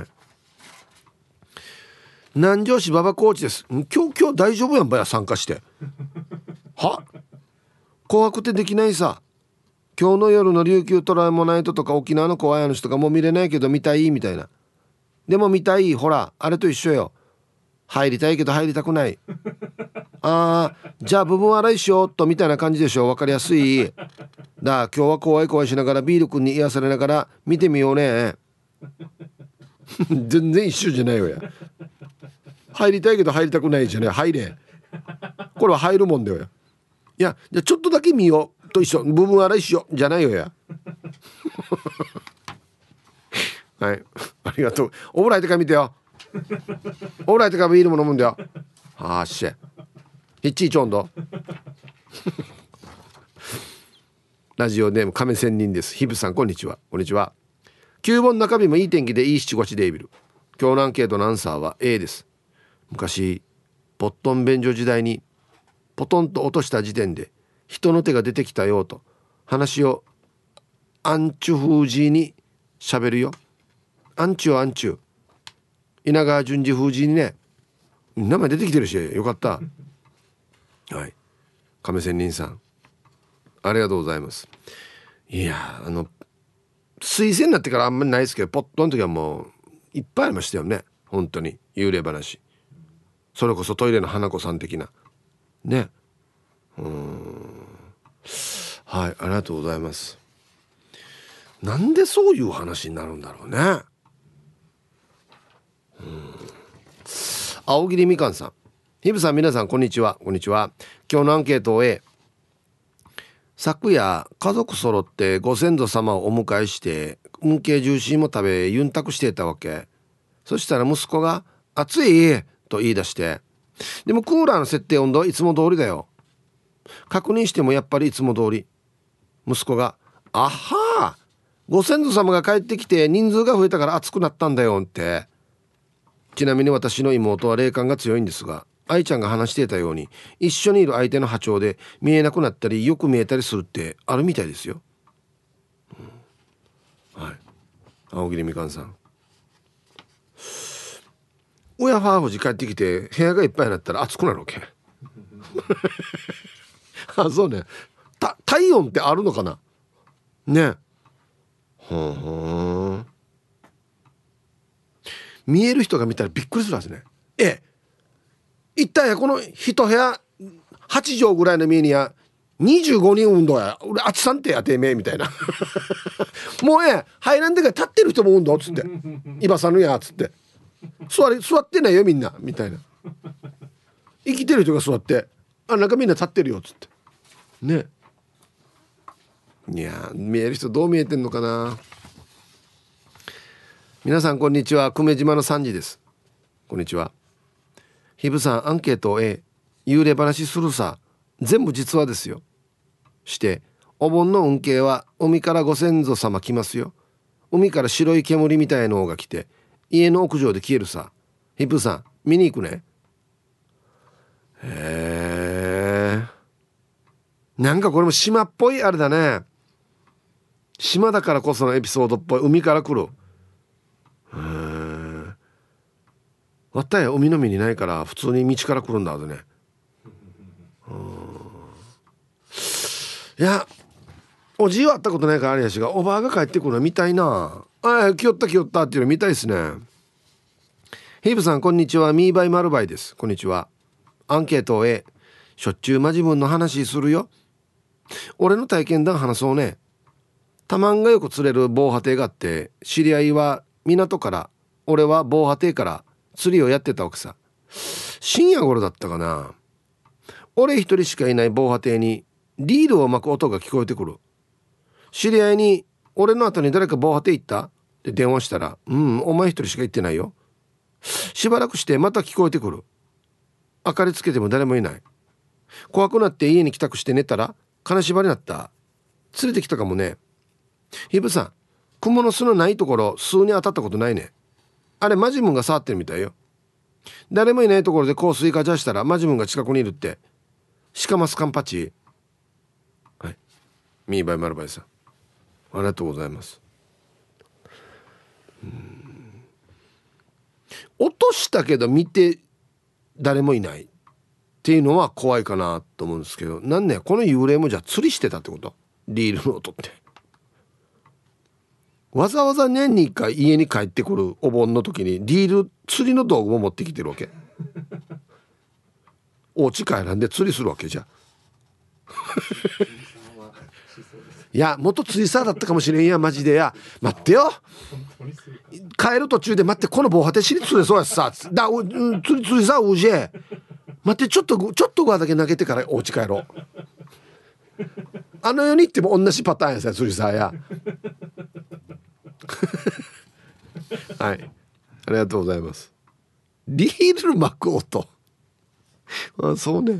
南城市馬場コーチです。今日今日大丈夫やんばや参加しては怖くてできないさ。今日の夜の琉球トライモナイトとか沖縄の怖い話とかもう見れないけど見たいみたいな。でも見たい、ほらあれと一緒よ。入りたいけど入りたくない。あーじゃあ部分洗いしようとみたいな感じでしょ。わかりやすいだ。今日は怖い怖いしながらビール君に癒されながら見てみようね全然一緒じゃないよや。入りたいけど入りたくないじゃね。入れ、これは入るもんだよや。いやじゃあちょっとだけ見ようと一緒、部分洗いしようじゃないよやはい、ありがとう。オーライとか見てよ。オーライとかビールも飲むんだよ。はーしヒッチーチョンドラジオネーム亀仙人です。ヒブさんこんにちは。こんにちは。きゅうぼん中日もいい天気でいい七五七デイビル。今日のアンケートのアンサーは A です。昔ポットン便所時代にポトンと落とした時点で人の手が出てきたよと話をアンチュ風ジーに喋るよ。アンチュアンチュ稲川淳二風ジーにね、名前出てきてるしよかったはい、亀仙人さんありがとうございます。いやあの推薦になってからあんまりないですけど、ポットの時はもういっぱいありましたよね。本当に幽霊話、それこそトイレの花子さん的なね。うーん、はい、ありがとうございます。なんでそういう話になるんだろうね。うん、青桐みかんさん、ひぶさん皆さんこんにちは。こんにちは。今日のアンケートを A。 昨夜家族揃ってご先祖様をお迎えして運慶ジューシーも食べユンタクしていたわけ。そしたら息子が暑いと言い出して、でもクーラーの設定温度はいつも通りだよ。確認してもやっぱりいつも通り。息子があはーご先祖様が帰ってきて人数が増えたから暑くなったんだよって。ちなみに私の妹は霊感が強いんですが、愛ちゃんが話していたように一緒にいる相手の波長で見えなくなったりよく見えたりするってあるみたいですよ、うん、はい。青桐みかんさん、親ファーフジ帰ってきて部屋がいっぱいになったら暑くなるわけあ、そうね。た体温ってあるのかなね。ほんほん、見える人が見たらびっくりするはずね。え一一体この一部屋はち畳ぐらいの家にはにじゅうごにん運動や俺あっちさんってやてめえみたいなもうえ入らんでから立ってる人も運動っつって伊庭さんのやっつって座り座ってないよみんなみたいな生きてる人が座ってあなんかみんな立ってるよっつってね。いや見える人どう見えてんのかな。皆さんこんにちは、久米島のさんじです。こんにちは。ひぶさんアンケートを A 幽霊話するさ全部実話ですよ。してお盆の運慶は海からご先祖様来ますよ。海から白い煙みたいなのが来て家の屋上で消えるさ。ヒップさん見に行くね。へえ、なんかこれも島っぽいあれだね。島だからこそのエピソードっぽい。海から来る。へえ、わったや海の身にないから普通に道から来るんだはずね。いやおじいは会ったことないからあれやしがおばあが帰ってくるの見たいなあ。来よった来よったっていうの見たいですね。ヒーブさんこんにちは、ミーバイマルバイです。こんにちは。アンケートを A しょっちゅうマジムンの話するよ。俺の体験談話そうね。たまんがよく釣れる防波堤があって知り合いは港から俺は防波堤から釣りをやってたわけさ。深夜頃だったかな。俺一人しかいない防波堤にリールを巻く音が聞こえてくる。知り合いに俺の後に誰か防波堤行ったって電話したら、うんお前一人しか行ってないよ。しばらくしてまた聞こえてくる。明かりつけても誰もいない。怖くなって家に帰宅して寝たら金縛りになった。連れてきたかもね。ヒブさん雲の巣のないところ巣に当たったことないね。あれマジムンが触ってるみたいよ。誰もいないところで香水かじゃしたらマジムンが近くにいるって。しかますカンパチ。はい、ミーバイマルバイさんありがとうございます。うーん、落としたけど見て誰もいないっていうのは怖いかなと思うんですけど、なんねこの幽霊もじゃあ釣りしてたってこと。リールの音ってわざわざ年にいっかい家に帰ってくるお盆の時にリール釣りの道具も持ってきてるわけ。お家帰らんで釣りするわけじゃいや元釣りさだったかもしれんやマジでや。待ってよ帰る途中で待ってこの防波堤死に釣れそうやさだう、うん、釣り釣りさうじえ待ってちょっとちょっと側だけ投げてからお家帰ろう。あの世に行っても同じパターンやさ釣りさやはい、ありがとうございます。リール巻く音あ、そうね。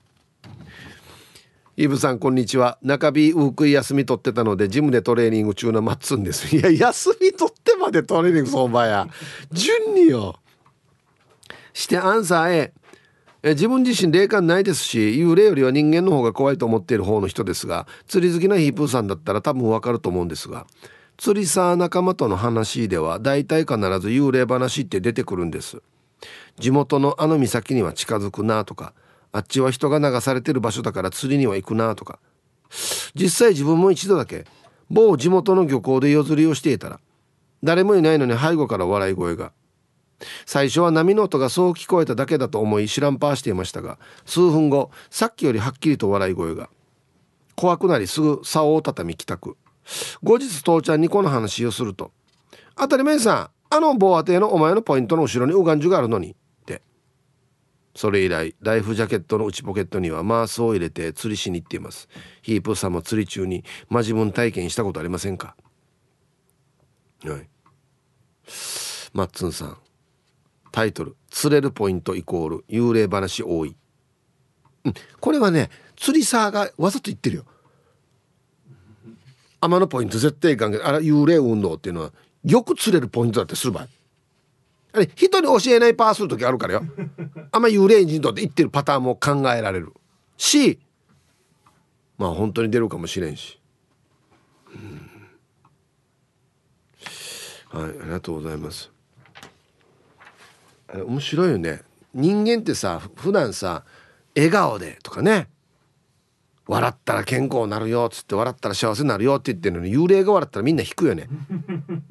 イブさんこんにちは。中日ウークイ休み取ってたのでジムでトレーニング中のマッツンです。いや休み取ってまでトレーニング相場や順によしてアンサー A え自分自身霊感ないですし幽霊よりは人間の方が怖いと思っている方の人ですが、釣り好きなヒープーさんだったら多分わかると思うんですが、釣りさ仲間との話では大体必ず幽霊話って出てくるんです。地元のあの岬には近づくなとか、あっちは人が流されてる場所だから釣りには行くなとか。実際自分も一度だけ某地元の漁港で夜釣りをしていたら誰もいないのに背後から笑い声が。最初は波の音がそう聞こえただけだと思い知らんぱーしていましたが、数分後さっきよりはっきりと笑い声が。怖くなりすぐ竿を畳み帰宅。後日父ちゃんにこの話をすると、当たり前さんあの防波堤のお前のポイントの後ろにウガンジュがあるのにって。それ以来ライフジャケットの内ポケットにはマースを入れて釣りしに行っています。ヒープーさんも釣り中にマジムン体験したことありませんか。はい、マッツンさんタイトル釣れるポイントイコール幽霊話多い、うん、これはね釣りサーがわざと言ってるよ。天のポイント絶対いかんけど、あら幽霊運動っていうのはよく釣れるポイントだってする場合、あれ人に教えないパーする時あるからよ。あんま幽霊人とって言ってるパターンも考えられるし、まあ本当に出るかもしれんし、うん、はい、ありがとうございます。あれ面白いよね。人間ってさ普段さ笑顔でとかね、笑ったら健康になるよっつって笑ったら幸せになるよって言ってるのに、幽霊が笑ったらみんな引くよね。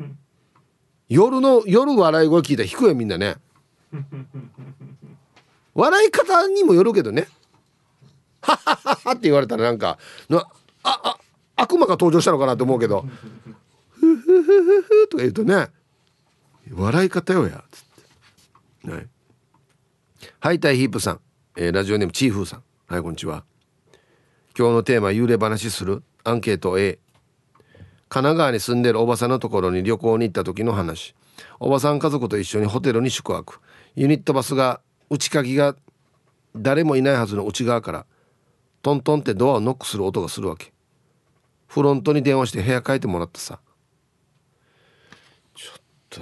夜の夜笑い声聞いたら引くよみんなね。 笑い方にもよるけどね。ははははって言われたらなんかなああ悪魔が登場したのかなと思うけどふふふふふとか言うとね、笑い方よやつって、はい、ハイタイヒープさん、えー、ラジオネームチーフーさん、はい、こんにちは。今日のテーマ幽霊話するアンケート A。 神奈川に住んでるおばさんのところに旅行に行った時の話。おばさん家族と一緒にホテルに宿泊。ユニットバスが内鍵が誰もいないはずの内側からトントンってドアをノックする音がするわけ。フロントに電話して部屋変えてもらったさ。ちょっと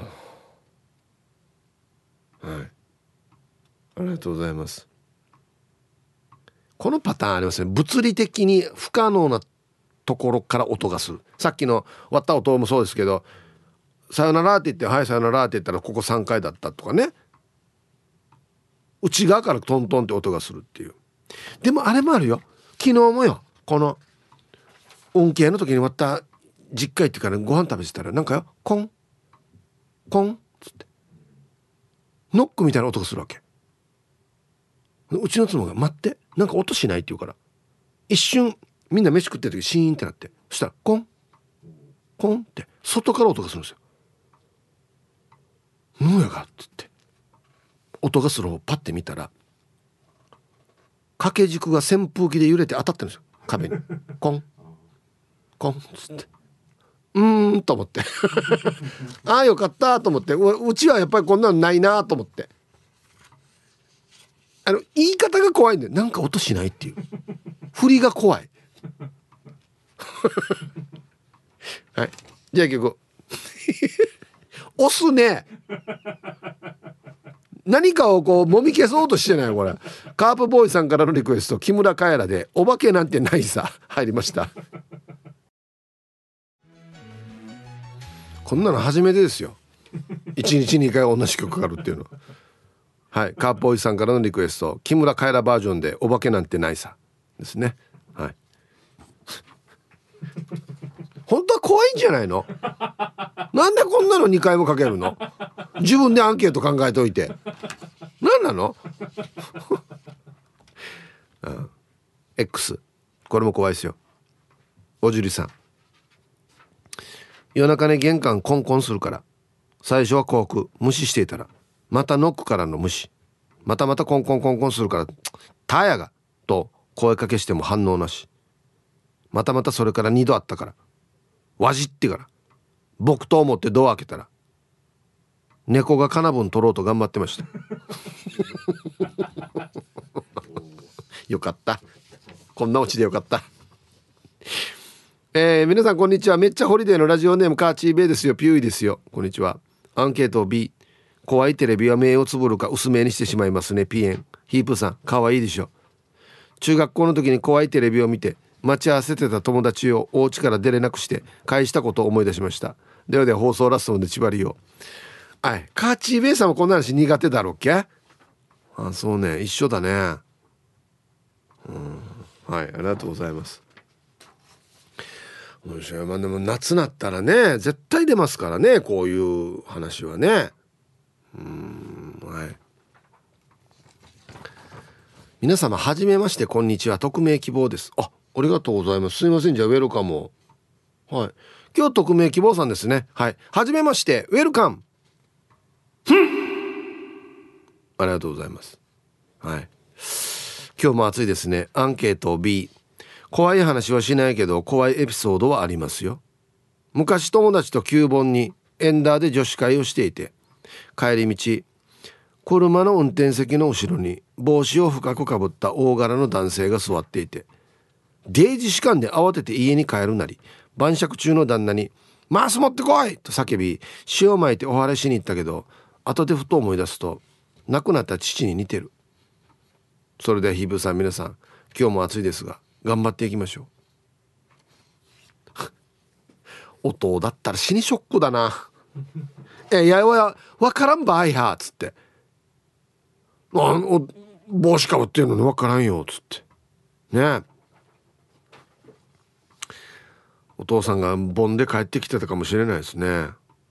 はい、ありがとうございます。このパターンありますね。物理的に不可能なところから音がする。さっきの割った音もそうですけど、さよならって言ってはいさよならって言ったらここさんかいだったとかね、内側からトントンって音がするっていう。でもあれもあるよ。昨日もよ、この恩恵の時に割った実家行ってからご飯食べてたらなんかよ、コンコンつってノックみたいな音がするわけ。うちの妻が待ってなんか音しないって言うから、一瞬みんな飯食ってる時シーンってなって、そしたらコンコンって外から音がするんですよ。なんやがって言って音がする方をパッて見たら掛け軸が扇風機で揺れて当たってるんですよ、壁に。コンコンっつって、うーんと思ってああよかったと思って、 う, うちはやっぱりこんなのないなと思って、あの言い方が怖いんだよ。なんか音しないっていう振りが怖いはいじゃあ結構押すね何かをこうもみ消そうとしてないこれ。カープボーイさんからのリクエスト、木村カエラでお化けなんてないさ入りました。こんなの初めてですよ。いちにちにかい同じ曲かかるっていうのは。はい、カープボーイさんからのリクエスト、木村カエラバージョンでお化けなんてないさですね。はい本当は怖いんじゃないの？なんでこんなのにかいもかけるの？自分でアンケート考えておいて何なの？うん、X これも怖いですよ。おじりさん、夜中に玄関コンコンするから最初は怖く無視していたらまたノックからの無視、またまたコンコンコンコンするからタヤがと声かけしても反応なし、またまたそれからにどあったからわじってから僕と思ってドア開けたら猫がカナブン取ろうと頑張ってましたよかった、こんなオチでよかった。えー、皆さんこんにちは。めっちゃホリデーのラジオネームカーチーベイですよ。ピューイですよ。こんにちは。アンケート B。 怖いテレビは目をつぶるか薄めにしてしまいますね。ピエンヒープさんかわいいでしょ。中学校の時に怖いテレビを見て待ち合わせてた友達をお家から出れなくして返したことを思い出しました。ではでは放送ラストで縛りを。はい、カーチーベイさんもこんな話苦手だろうっけ。あ、そうね、一緒だね。うん、はい、ありがとうございます。面白い。まあでも夏なったらね絶対出ますからね、こういう話はね。うーん、はい。皆様はじめまして、こんにちは。匿名希望です。あ、ありがとうございます。すいません、じゃあウェルカムを。はい、今日匿名希望さんですね。はい、はじめまして、ウェルカム。ありがとうございます。はい、今日も暑いですね。アンケート B。 怖い話はしないけど怖いエピソードはありますよ。昔友達と旧盆にエンダーで女子会をしていて、帰り道車の運転席の後ろに帽子を深くかぶった大柄の男性が座っていて、デイジ士官で慌てて家に帰るなり晩酌中の旦那にマス持ってこいと叫び塩まいてお祓いしに行ったけど、後でふと思い出すと亡くなった父に似てる。それではヒーブさん、皆さん今日も暑いですが頑張っていきましょう音だったら死にショックだなえいやいやわからんばいやつって、あお帽子かぶってるのにわからんよつってね。お父さんが盆で帰ってきてたかもしれないですね。う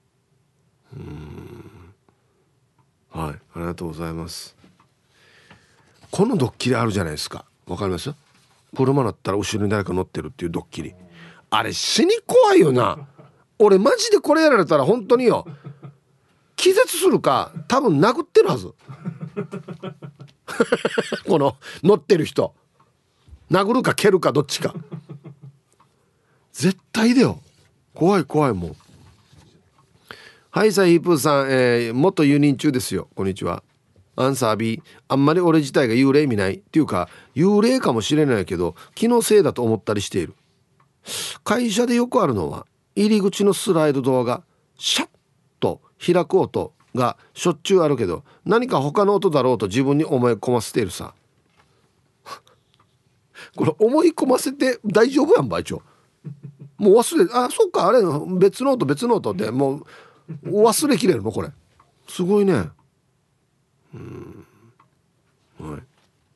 ーん、はい、ありがとうございます。 このドッキリあるじゃないですか。わかります？車乗ったら後ろに誰か乗ってるっていうドッキリ、あれ死に怖いよな。俺マジでこれやられたら本当によ、気絶するか多分殴ってるはずこの乗ってる人殴るか蹴るかどっちか絶対だよ。怖い怖い。もうはいさあヒープーさん、えー、元輸入中ですよ。こんにちは。アンサー B、 あんまり俺自体が幽霊見ないっていうか幽霊かもしれないけど気のせいだと思ったりしている。会社でよくあるのは入り口のスライドドアがシャッと開く音がしょっちゅうあるけど、何か他の音だろうと自分に思い込ませているさこれ思い込ませて大丈夫やんば一応。もう忘れ、あ、そっか、あれ別の音別の音ってもう忘れきれるのこれ。すごいね。うん、はい。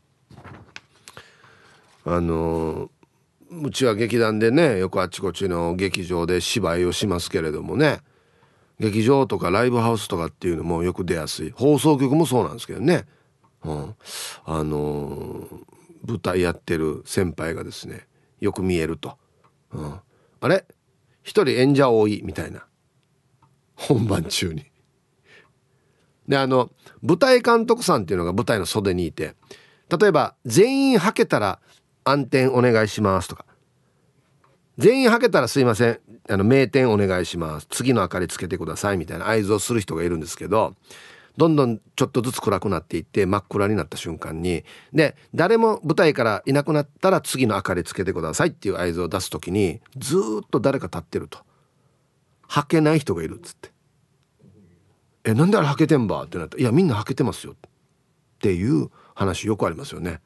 あのー、うちは劇団でね、よくあっちこっちの劇場で芝居をしますけれどもね、劇場とかライブハウスとかっていうのもよく出やすい。放送局もそうなんですけどね、うん、あのー、舞台やってる先輩がですねよく見えると、うん、あれ一人演者多いみたいな、本番中にで、あの舞台監督さんっていうのが舞台の袖にいて、例えば全員はけたら暗転お願いしますとか、全員はけたらすいません、あの明点お願いします、次の明かりつけてくださいみたいな合図をする人がいるんですけど、どんどんちょっとずつ暗くなっていって真っ暗になった瞬間に、で誰も舞台からいなくなったら次の明かりつけてくださいっていう合図を出すときにずーっと誰か立ってると、はけない人がいるっつって、えなんであれはけてんばってなったら、いやみんなはけてますよっていう話よくありますよね。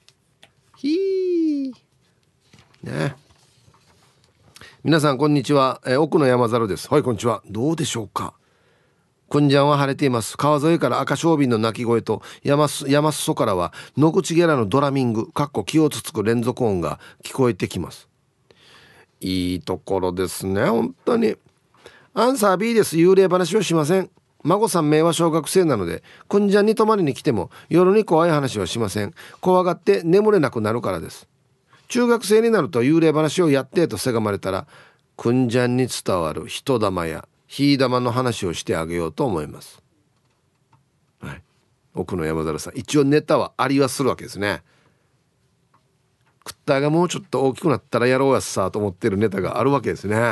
ひーね。皆さんこんにちは、えー、奥の山猿です。はい、こんにちは。どうでしょうか。くんじゃんは晴れています。川沿いから赤小瓶の鳴き声と山す山裾からは野口ゲラのドラミングかっこ気をつつく連続音が聞こえてきます。いいところですね本当に。アンサー B です。幽霊話はしません。孫さん名は小学生なのでくんじゃんに泊まりに来ても夜に怖い話はしません。怖がって眠れなくなるからです。中学生になると幽霊話をやってとせがまれたらくんじゃんに伝わる人玉やひー玉の話をしてあげようと思います。はい、奥の山猿さん一応ネタはありはするわけですね。クッターがもうちょっと大きくなったらやろうやっさと思ってるネタがあるわけですね。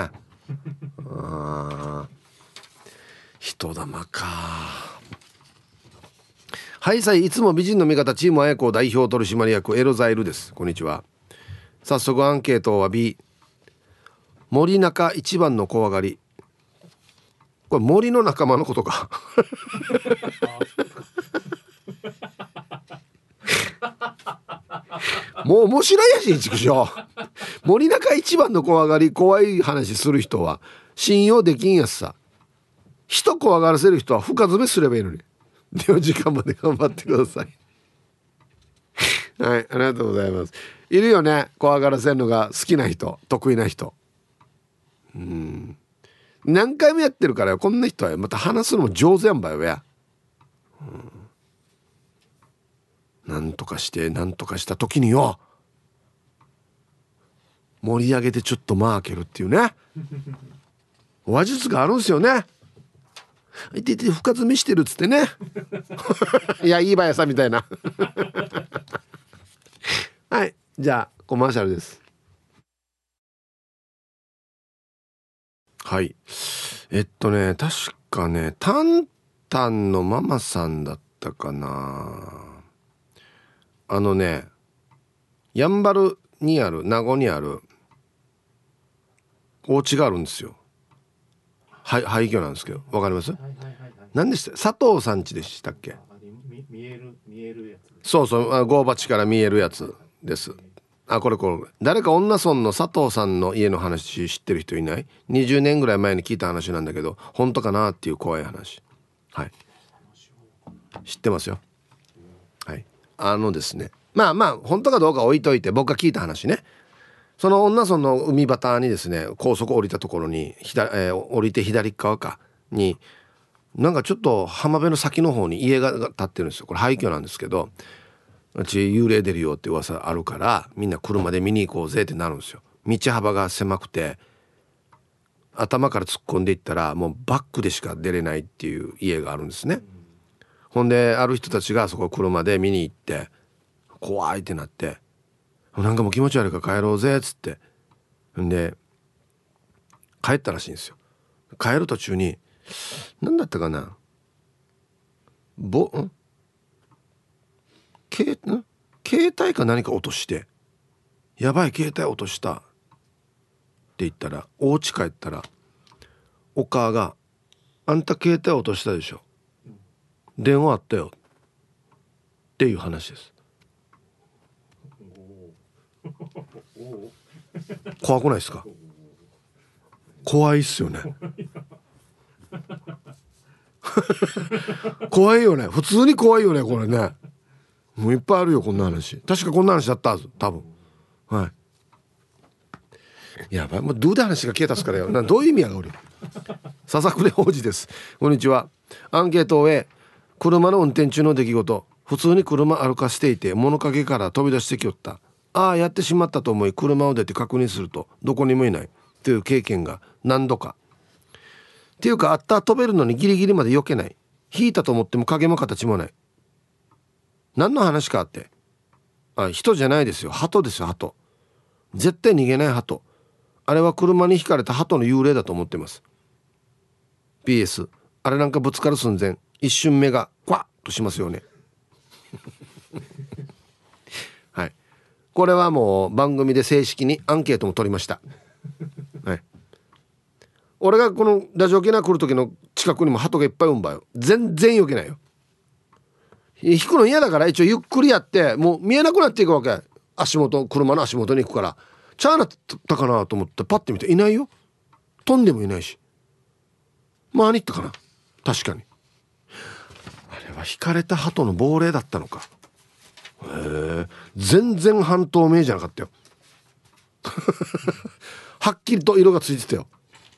あ人玉か。はいさい、いつも美人の味方チームあやこ代表取締役エロザイルです。こんにちは。早速アンケートは B。 森中一番の怖がり。これ森の仲間のことかもう面白いやし畜生。森中一番の怖がり、怖い話する人は信用できんやつさ。人怖がらせる人は深爪すればいいのに。では時間まで頑張ってくださいはい、ありがとうございます。いるよね、怖がらせるのが好きな人、得意な人。うん、何回もやってるからよ、こんな人はまた話すのも上手やんばよや、うん、なんとかしてなんとかした時によ盛り上げてちょっと間開けるっていうね話術があるんですよね。いていて深爪してるっつってねいやいいばやさみたいなはい、じゃあコマーシャルです。はい、えっとね確かねタンタンのママさんだったかな。あのねやんばるにある名護にあるお家があるんですよ。はい廃墟なんですけど、わかります？何でした？佐藤さん家でしたっけ？ 見える見えるやつ。 そうそう、ゴーバチから見えるやつです。あ、これこれ誰か女村の佐藤さんの家の話知ってる人いない？にじゅうねんぐらい前に聞いた話なんだけど本当かなっていう怖い話。はい、知ってますよ。はい、あのですねまあまあ本当かどうか置いといて僕が聞いた話ね。その女村の海端にですね高速降りたところに左、えー、降りて左側かになんかちょっと浜辺の先の方に家が建ってるんですよ。これ廃墟なんですけど、 うち幽霊出るよって噂あるからみんな車で見に行こうぜってなるんですよ。道幅が狭くて頭から突っ込んでいったらもうバックでしか出れないっていう家があるんですね。ほんである人たちがそこ車で見に行って怖いってなってなんかもう気持ち悪いから帰ろうぜっつってんで帰ったらしいんですよ。帰る途中に何だったかなぼん携ん携帯か何か落としてやばい携帯落としたって言ったらお家帰ったらお母があんた携帯落としたでしょ電話あったよっていう話です。怖くないですか？怖いっすよね怖いよね普通に怖いよねこれね。もういっぱいあるよこんな話。確かこんな話だったはず多分。はいやばいもうどうで話が消えたっすからよなどういう意味やが俺。笹倉王子です。こんにちは。アンケートを終え車の運転中の出来事普通に車歩かせていて物陰から飛び出してきよった。ああやってしまったと思い車を出て確認するとどこにもいないという経験が何度かっていうかあった飛べるのにギリギリまで避けない引いたと思っても影も形もない。何の話かって、あ人じゃないですよ鳩ですよ鳩。絶対逃げない鳩。あれは車にひかれた鳩の幽霊だと思ってます。 ピーエス あれなんかぶつかる寸前一瞬目がクワッとしますよねはいこれはもう番組で正式にアンケートも取りました、はい、俺がこのラジオ沖縄来る時の近くにも鳩がいっぱいうんばよ。全然避けないよ。引くの嫌だから一応ゆっくりやってもう見えなくなっていくわけ。足元車の足元に行くからチャーなったかなと思ってパッて見ていないよ。飛んでもいないし回に行ったかな。確かにあれは引かれた鳩の亡霊だったのか。へえ全然半透明じゃなかったよはっきりと色がついてたよ。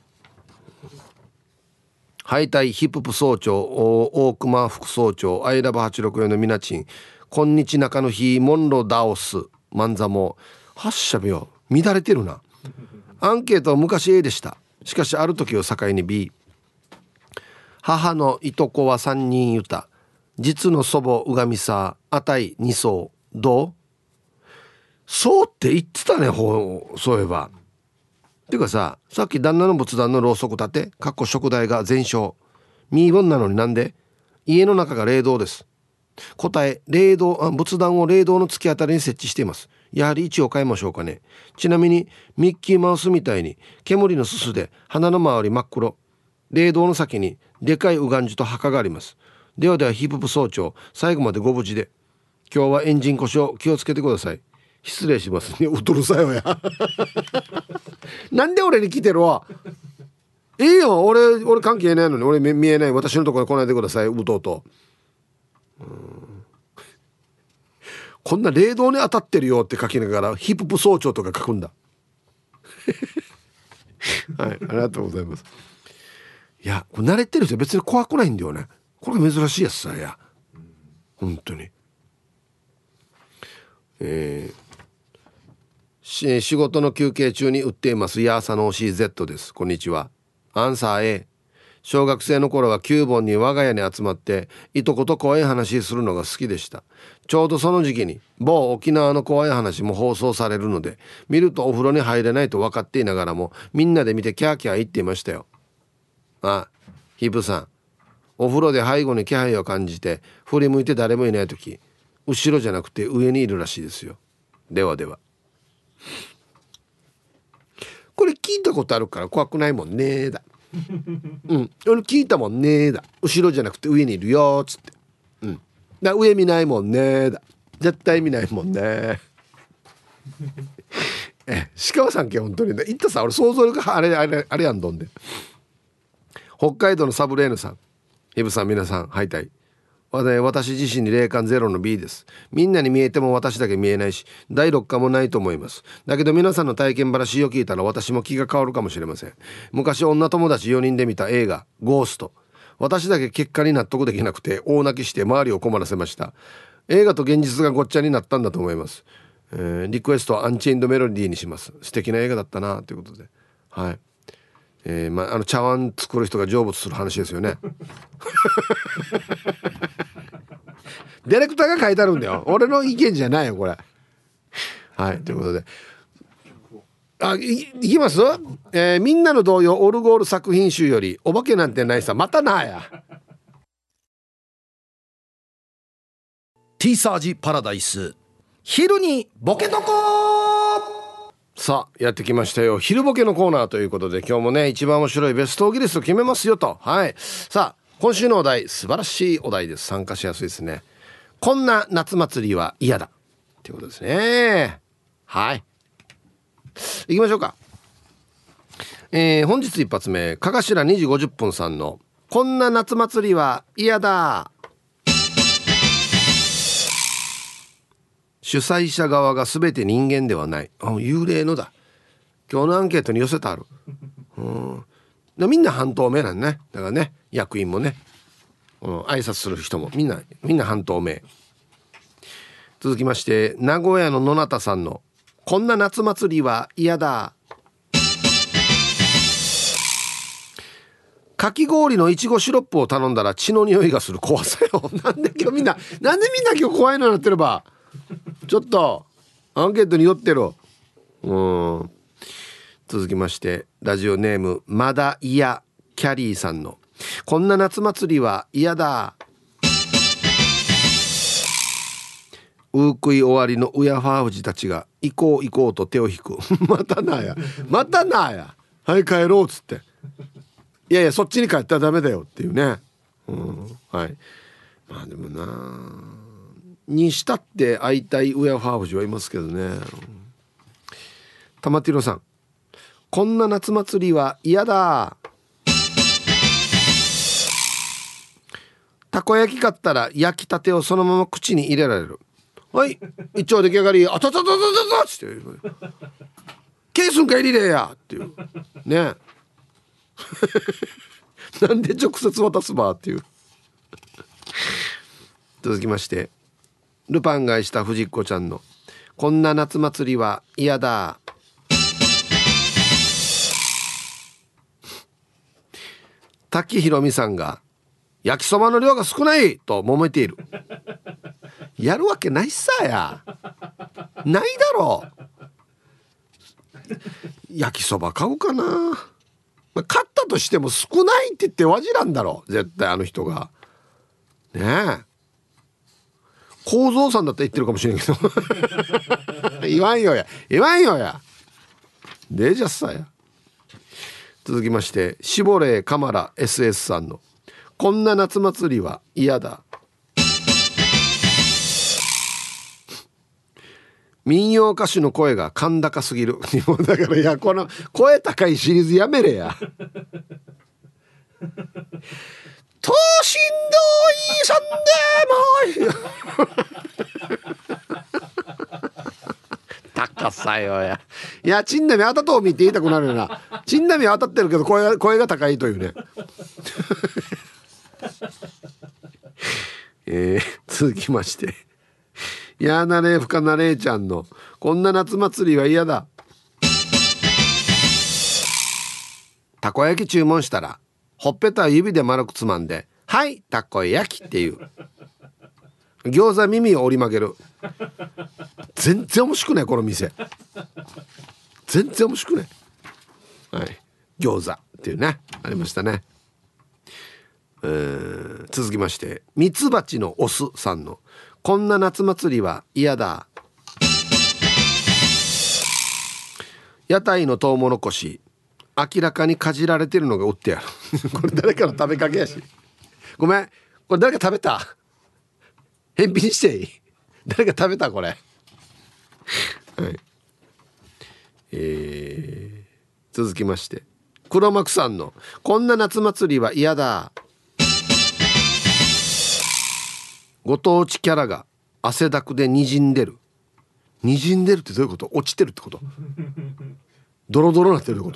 ハイタイヒッププ総長大熊副総長アイラブはちろくよんのみなちんこんにち中の日モンロダオスマンザモ発射日よ乱れてるな。アンケートは昔 A でした。しかしある時を境に B。 母のいとこはさんにんいた。実の祖母うがみさあたいにそうどうそうって言ってたねほうそういえば。てかささっき旦那の仏壇のろうそく立てかっこ食台が全焼ミーボンなのになんで家の中が冷凍です。答え冷凍あ仏壇を冷凍の突き当たりに設置しています。やはり位置を変えましょうかね。ちなみにミッキーマウスみたいに煙のすすで鼻の周り真っ黒冷凍の先にでかいうがんじと墓があります。ではではヒッププ総長最後までご無事で。今日はエンジン故障気をつけてください。失礼しますね。うとるさよやなんで俺に来てるわ。いいよ俺俺関係ないのに俺見えない私のところに来ないでくださいうとうとうーんこんな霊道に当たってるよって書きながらヒッププ総長とか書くんだはいありがとうございます。いやこれ慣れてる人別に怖くないんだよね。これが珍しいやつさや本当に。えー、仕事の休憩中に売っていますヤーサの シーゼット です。こんにちは。アンサー A。 小学生の頃はきゅうぼんに我が家に集まっていとこと怖い話するのが好きでした。ちょうどその時期に某沖縄の怖い話も放送されるので見るとお風呂に入れないと分かっていながらもみんなで見てキャーキャー言っていましたよ。あ、ヒブさんお風呂で背後に気配を感じて振り向いて誰もいない時後ろじゃなくて上にいるらしいですよ。ではでは。これ聞いたことあるから怖くないもんねーだうん俺聞いたもんねーだ後ろじゃなくて上にいるよーっつってうんだ上見ないもんねーだ絶対見ないもんねえ鹿さんけ本当にね言ったさ俺想像力あれあれあれやんどんで。北海道のサブレーヌさんイブさん皆さんはいたい。私自身に霊感ゼロの B です。みんなに見えても私だけ見えないし第六感もないと思います。だけど皆さんの体験話を聞いたら私も気が変わるかもしれません。昔女友達よにんで見た映画ゴースト私だけ結果に納得できなくて大泣きして周りを困らせました。 映画と現実がごっちゃになったんだと思います。えー、リクエストはアンチェインドメロディーにします。素敵な映画だったなということで、はい。えーまあ、あの茶碗作る人が成仏する話ですよねディレクターが書いてあるんだよ、俺の意見じゃないよこれ。はい、ということで、あ い, いきます、えー、みんなの童謡オルゴール作品集よりお化けなんてないさ、またなや。 ティーサージパラダイス、昼にボケとこ。 さあやってきましたよ、昼ボケのコーナーということで、今日もね一番面白いベストオギリスト決めますよと。はい、さあ今週のお題、素晴らしいお題です。参加しやすいですね。こんな夏祭りは嫌だということですね。はい、行きましょうか。えー、本日一発目、かがしらにじごじゅっぷんさんのこんな夏祭りは嫌だ。主催者側が全て人間ではない。あ、幽霊のだ。今日のアンケートに寄せてある。うんでみんな半透明なんね。だからね、役員もね、うん、挨拶する人もみんなみんな半透明。続きまして、名古屋の野中さんのこんな夏祭りは嫌だ。かき氷のいちごシロップを頼んだら血の匂いがする。怖さよ。なんで今日みんななんでみんな今日怖いのになってれば、ちょっとアンケートに寄ってる。うん。続きまして、ラジオネームまだいやキャリーさんのこんな夏祭りは嫌だ。ウークイ終わりのウヤファーフジたちが行こう行こうと手を引くまたなやまたなや、はい帰ろうっつって、いやいやそっちに帰ったらダメだよっていうね。うん、はい。まあでもなにしたって会いたいウヤファーフジはいますけどね。玉ティロさん、こんな夏祭りは嫌だ。たこ焼き買ったら焼きたてをそのまま口に入れられる。はい一丁出来上がり、あたたたたたたっつってケースんか入れれやっていうねなんで直接渡すばっていう続きまして、ルパン買いした藤子ちゃんのこんな夏祭りは嫌だ。滝ひろみさんが焼きそばの量が少ないと揉めている。やるわけないさや、ないだろう。焼きそば買うかな、まあ、買ったとしても少ないって言ってわじなんだろう絶対あの人がねえ。構造さんだったら言ってるかもしれんけど言わんよや言わんよやでじゃっさや。続きまして、シボレーカマラ エスエス さんのこんな夏祭りは嫌だ。民謡歌手の声が甲高すぎるだから、いやこの声高いシリーズやめれや等身同意さんでも高さよや。いやチンナミ当たとうみって言いたくなるよな。チンナミ当たってるけど声が声が高いというねえー、続きまして、やーなれふかなれいちゃんのこんな夏祭りは嫌だ。たこ焼き注文したらほっぺたを指で丸くつまんではいたこ焼きっていう。餃子耳を折り曲げる。全然面白くないこの店、全然面白くない。はい、餃子っていうねありましたね。えー、続きまして、ミツバチのオスさんのこんな夏祭りは嫌だ。屋台のトウモロコシ明らかにかじられてるのが売ってやるこれ誰かの食べかけやし、ごめんこれ誰か食べた、返品していい、誰か食べたこれはい。えー、続きまして、黒幕さんのこんな夏祭りは嫌だ。ご当地キャラが汗だくで滲んでる。滲んでるってどういうこと？落ちてるってこと？ドロドロなってるってこと？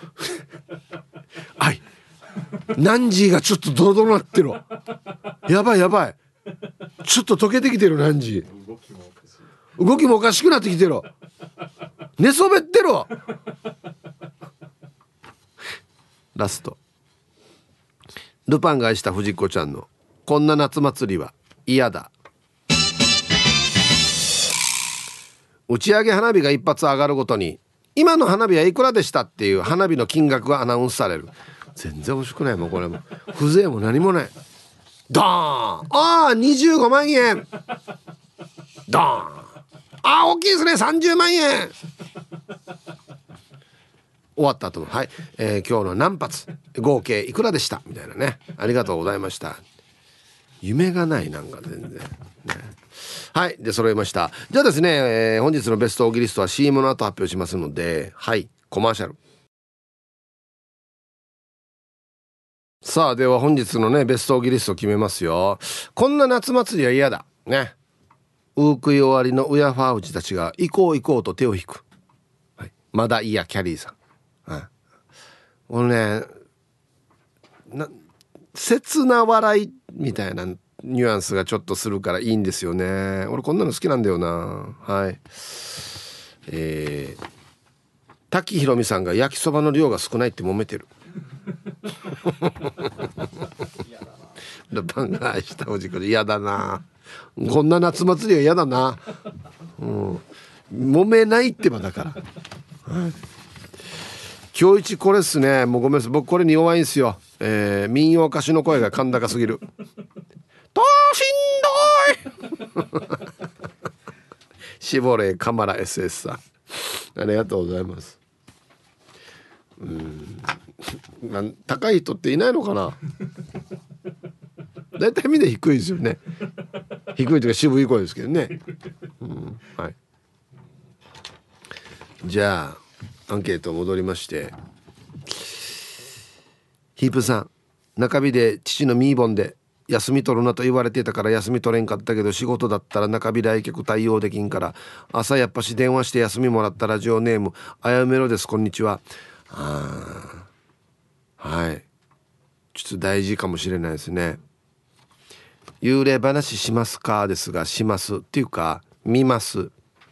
はい、ナンジーがちょっとドロドロなってるわ。やばいやばい。 ちょっと溶けてきてる。何時動きもおかしい。 動きもおかしくなってきてる。寝そべってる。ラスト、ルパンが愛した藤子ちゃんのこんな夏祭りは嫌だ。打ち上げ花火が一発上がるごとに今の花火はいくらでしたっていう花火の金額がアナウンスされる。全然欲しくないもんこれも。風情も何もない。ドーン、ああにじゅうごまんえん。ドーン、ああ大きいですねさんじゅうまんえん。終わった後もはい、えー、今日の何発合計いくらでしたみたいなね、ありがとうございました。夢がないなんか全然、ね、はいで揃いました。じゃあですね、えー、本日のベストオーギリストは シーエム の後発表しますので、はいコマーシャル。さあでは本日のねベストオーギリストを決めますよ。こんな夏祭りは嫌だね。ウークイ終わりのウヤファーウチたちが行こう行こうと手を引く、はい、まだいやキャリーさん、はい、このねな切な笑いみたいなニュアンスがちょっとするからいいんですよね。俺こんなの好きなんだよな。はい、えー、滝ひろみさんが焼きそばの量が少ないって揉めてる。ルパンが愛したおじくで嫌だな。こんな夏祭りは嫌だな、うん、揉めないってばだから、はい、今日一これっすね。もうごめんなさい僕これに弱いんすよ、えー、民謡歌手の声が甲高すぎる。としんどい。シボレーカマラ エスエス さんありがとうございます。うーん高い人っていないのかな。だいたいみんな低いですよね。低いというか渋い声ですけどね、うん、はい。じゃあアンケート戻りまして、ヒープさん中日で父のミーボンで休み取るなと言われてたから休み取れんかったけど仕事だったら中日来客対応できんから朝やっぱし電話して休みもらった。ラジオネームあやめろです。こんにちは。あはいちょっと大事かもしれないですね。幽霊話しますかですがしますっていうか見ます。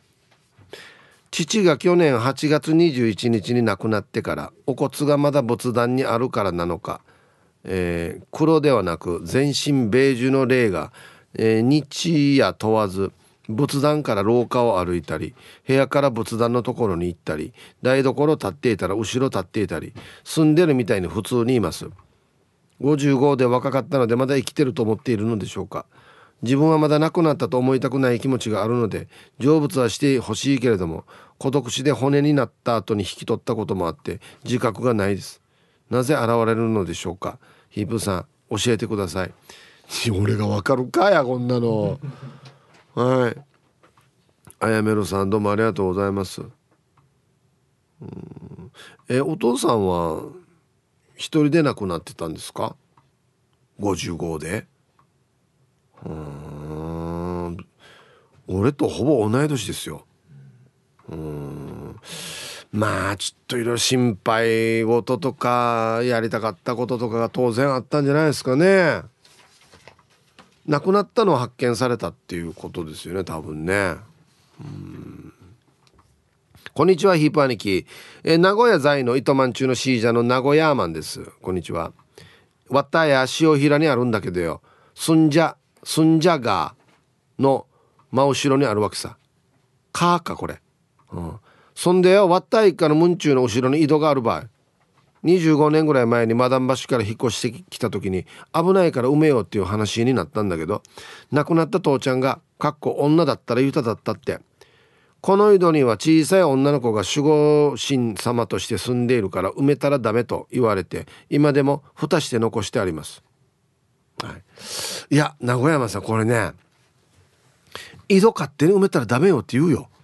父が去年はちがつにじゅういちにちに亡くなってからお骨がまだ仏壇にあるからなのか、えー、黒ではなく全身ベージュの霊が、えー、日夜問わず仏壇から廊下を歩いたり部屋から仏壇のところに行ったり台所立っていたら後ろ立っていたり住んでるみたいに普通にいます。ごじゅうごで若かったのでまだ生きてると思っているのでしょうか。自分はまだ亡くなったと思いたくない気持ちがあるので成仏はしてほしいけれども孤独死で骨になった後に引き取ったこともあって自覚がないです。なぜ現れるのでしょうか。ヒープさん教えてください。俺がわかるかやこんなの。はいあやめろさんどうもありがとうございます。うんえお父さんは一人で亡くなってたんですか。ごじゅうごで。うーん俺とほぼ同い年ですよ。うーんまあちょっといろいろ心配事とかやりたかったこととかが当然あったんじゃないですかね。亡くなったのを発見されたっていうことですよね多分ね。うーんこんにちはヒープ兄貴、えー、名古屋在の糸満中のシージャの名古屋マンです。こんにちは。わったや塩平にあるんだけどよスンジャスンジャガーの真後ろにあるわけさ。カーかこれ、うん、そんでよわった一家のムンチューの後ろに井戸がある場合にじゅうごねんぐらい前にマダン橋から引っ越してきた時に危ないから埋めようっていう話になったんだけど亡くなった父ちゃんがかっこ女だったらユタだったってこの井戸には小さい女の子が守護神様として住んでいるから埋めたらダメと言われて今でも蓋して残してあります、はい、いや名古屋山さんこれね井戸勝手に埋めたらダメよって言うよ。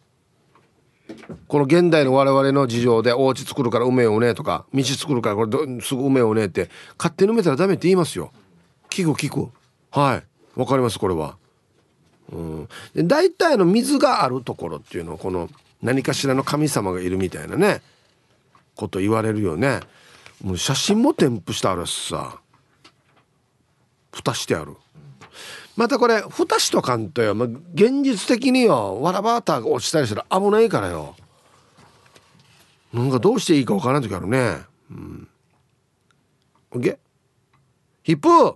この現代の我々の事情でお家作るから埋めようねとか道作るからこれすぐ埋めようねって勝手に埋めたらダメって言いますよ。聞く聞くはいわかりますこれは。うん、で大体の水があるところっていうのはこの何かしらの神様がいるみたいなねこと言われるよね。もう写真も添付してあるしさ蓋してある。 またこれ蓋しとかんとよ、まあ、現実的によわらバーターが落ちたりしたら危ないからよ。なんかどうしていいかわからん時あるね。うん。OK。ヒップ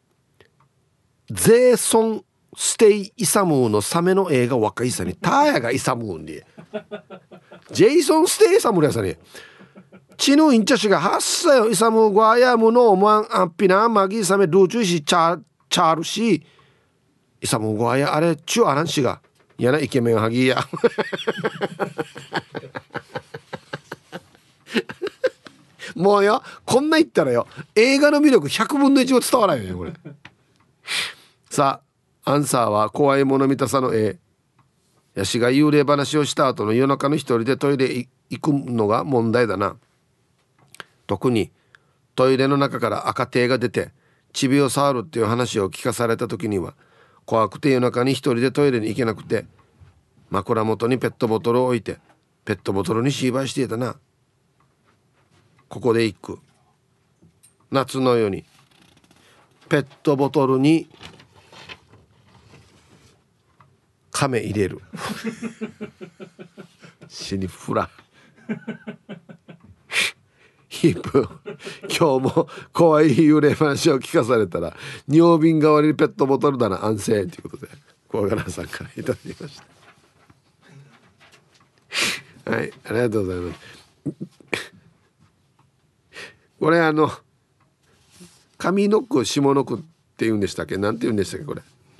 ゼーソンステイイサムーのサメの映画若いさにターヤがイサムーンでジェイソンステイイサムーやさにチヌインチャシがはっさよイサムーゴアヤムのオマンアッピナマギーサメルーチュイシチャチャールシイサムーゴアヤあれチュアランシがやなイケメンハギーやもうよこんな言ったらよ映画の魅力ひゃくぶんのいちも伝わらないよねこれさあアンサーは怖いもの見たさの A。 ヤシが幽霊話をした後の夜中の一人でトイレ行くのが問題だな。特にトイレの中から赤手が出てチビを触るっていう話を聞かされた時には怖くて夜中に一人でトイレに行けなくて枕元にペットボトルを置いてペットボトルに芝居していたな。ここで一句。夏のようにペットボトルに亀入れる死にフラヒープ今日も怖い幽霊話を聞かされたら尿瓶代わりにペットボトルだな安静ということで小柄さんからいただきましたはいありがとうございますこれあの上の句下の句って言うんでしたっけなんて言うんでしたっけこれ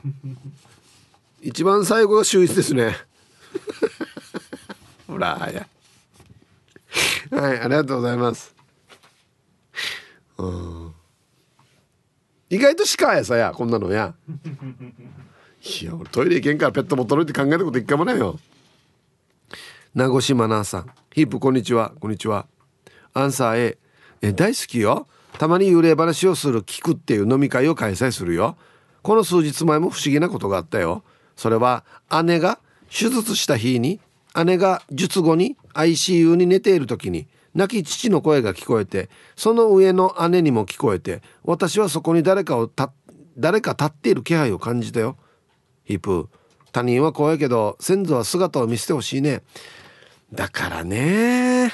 一番最後が秀逸ですねほらやはいありがとうございます。うん意外と鹿やさやこんなのやいや俺トイレ行けんからペットボトルって考えたこと一回もないよ。名越マナーさんヒープこんにちは。こんにちは。アンサー A。 え大好きよ。たまに幽霊話をする聞くっていう飲み会を開催するよ。この数日前も不思議なことがあったよ。それは姉が手術した日に姉が術後に アイシーユー に寝ている時に泣き父の声が聞こえてその上の姉にも聞こえて私はそこに誰かをた誰か立っている気配を感じたよ。ヒープ他人は怖いけど先祖は姿を見せてほしいね。だからね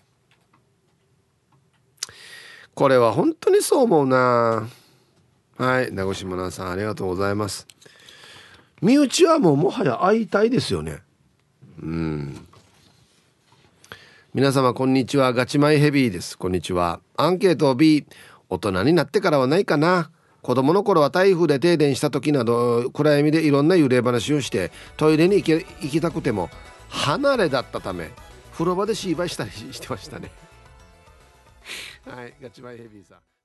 これは本当にそう思うな。はい名越真奈さんありがとうございます。身内はもうもはや会いたいですよね。うん皆様こんにちは。ガチマイヘビーです。こんにちは。アンケート B。 大人になってからはないかな。子供の頃は台風で停電した時など暗闇でいろんな幽霊話をしてトイレに行け行きたくても離れだったため風呂場で芝居したりしてましたねはいガチマイヘビーさん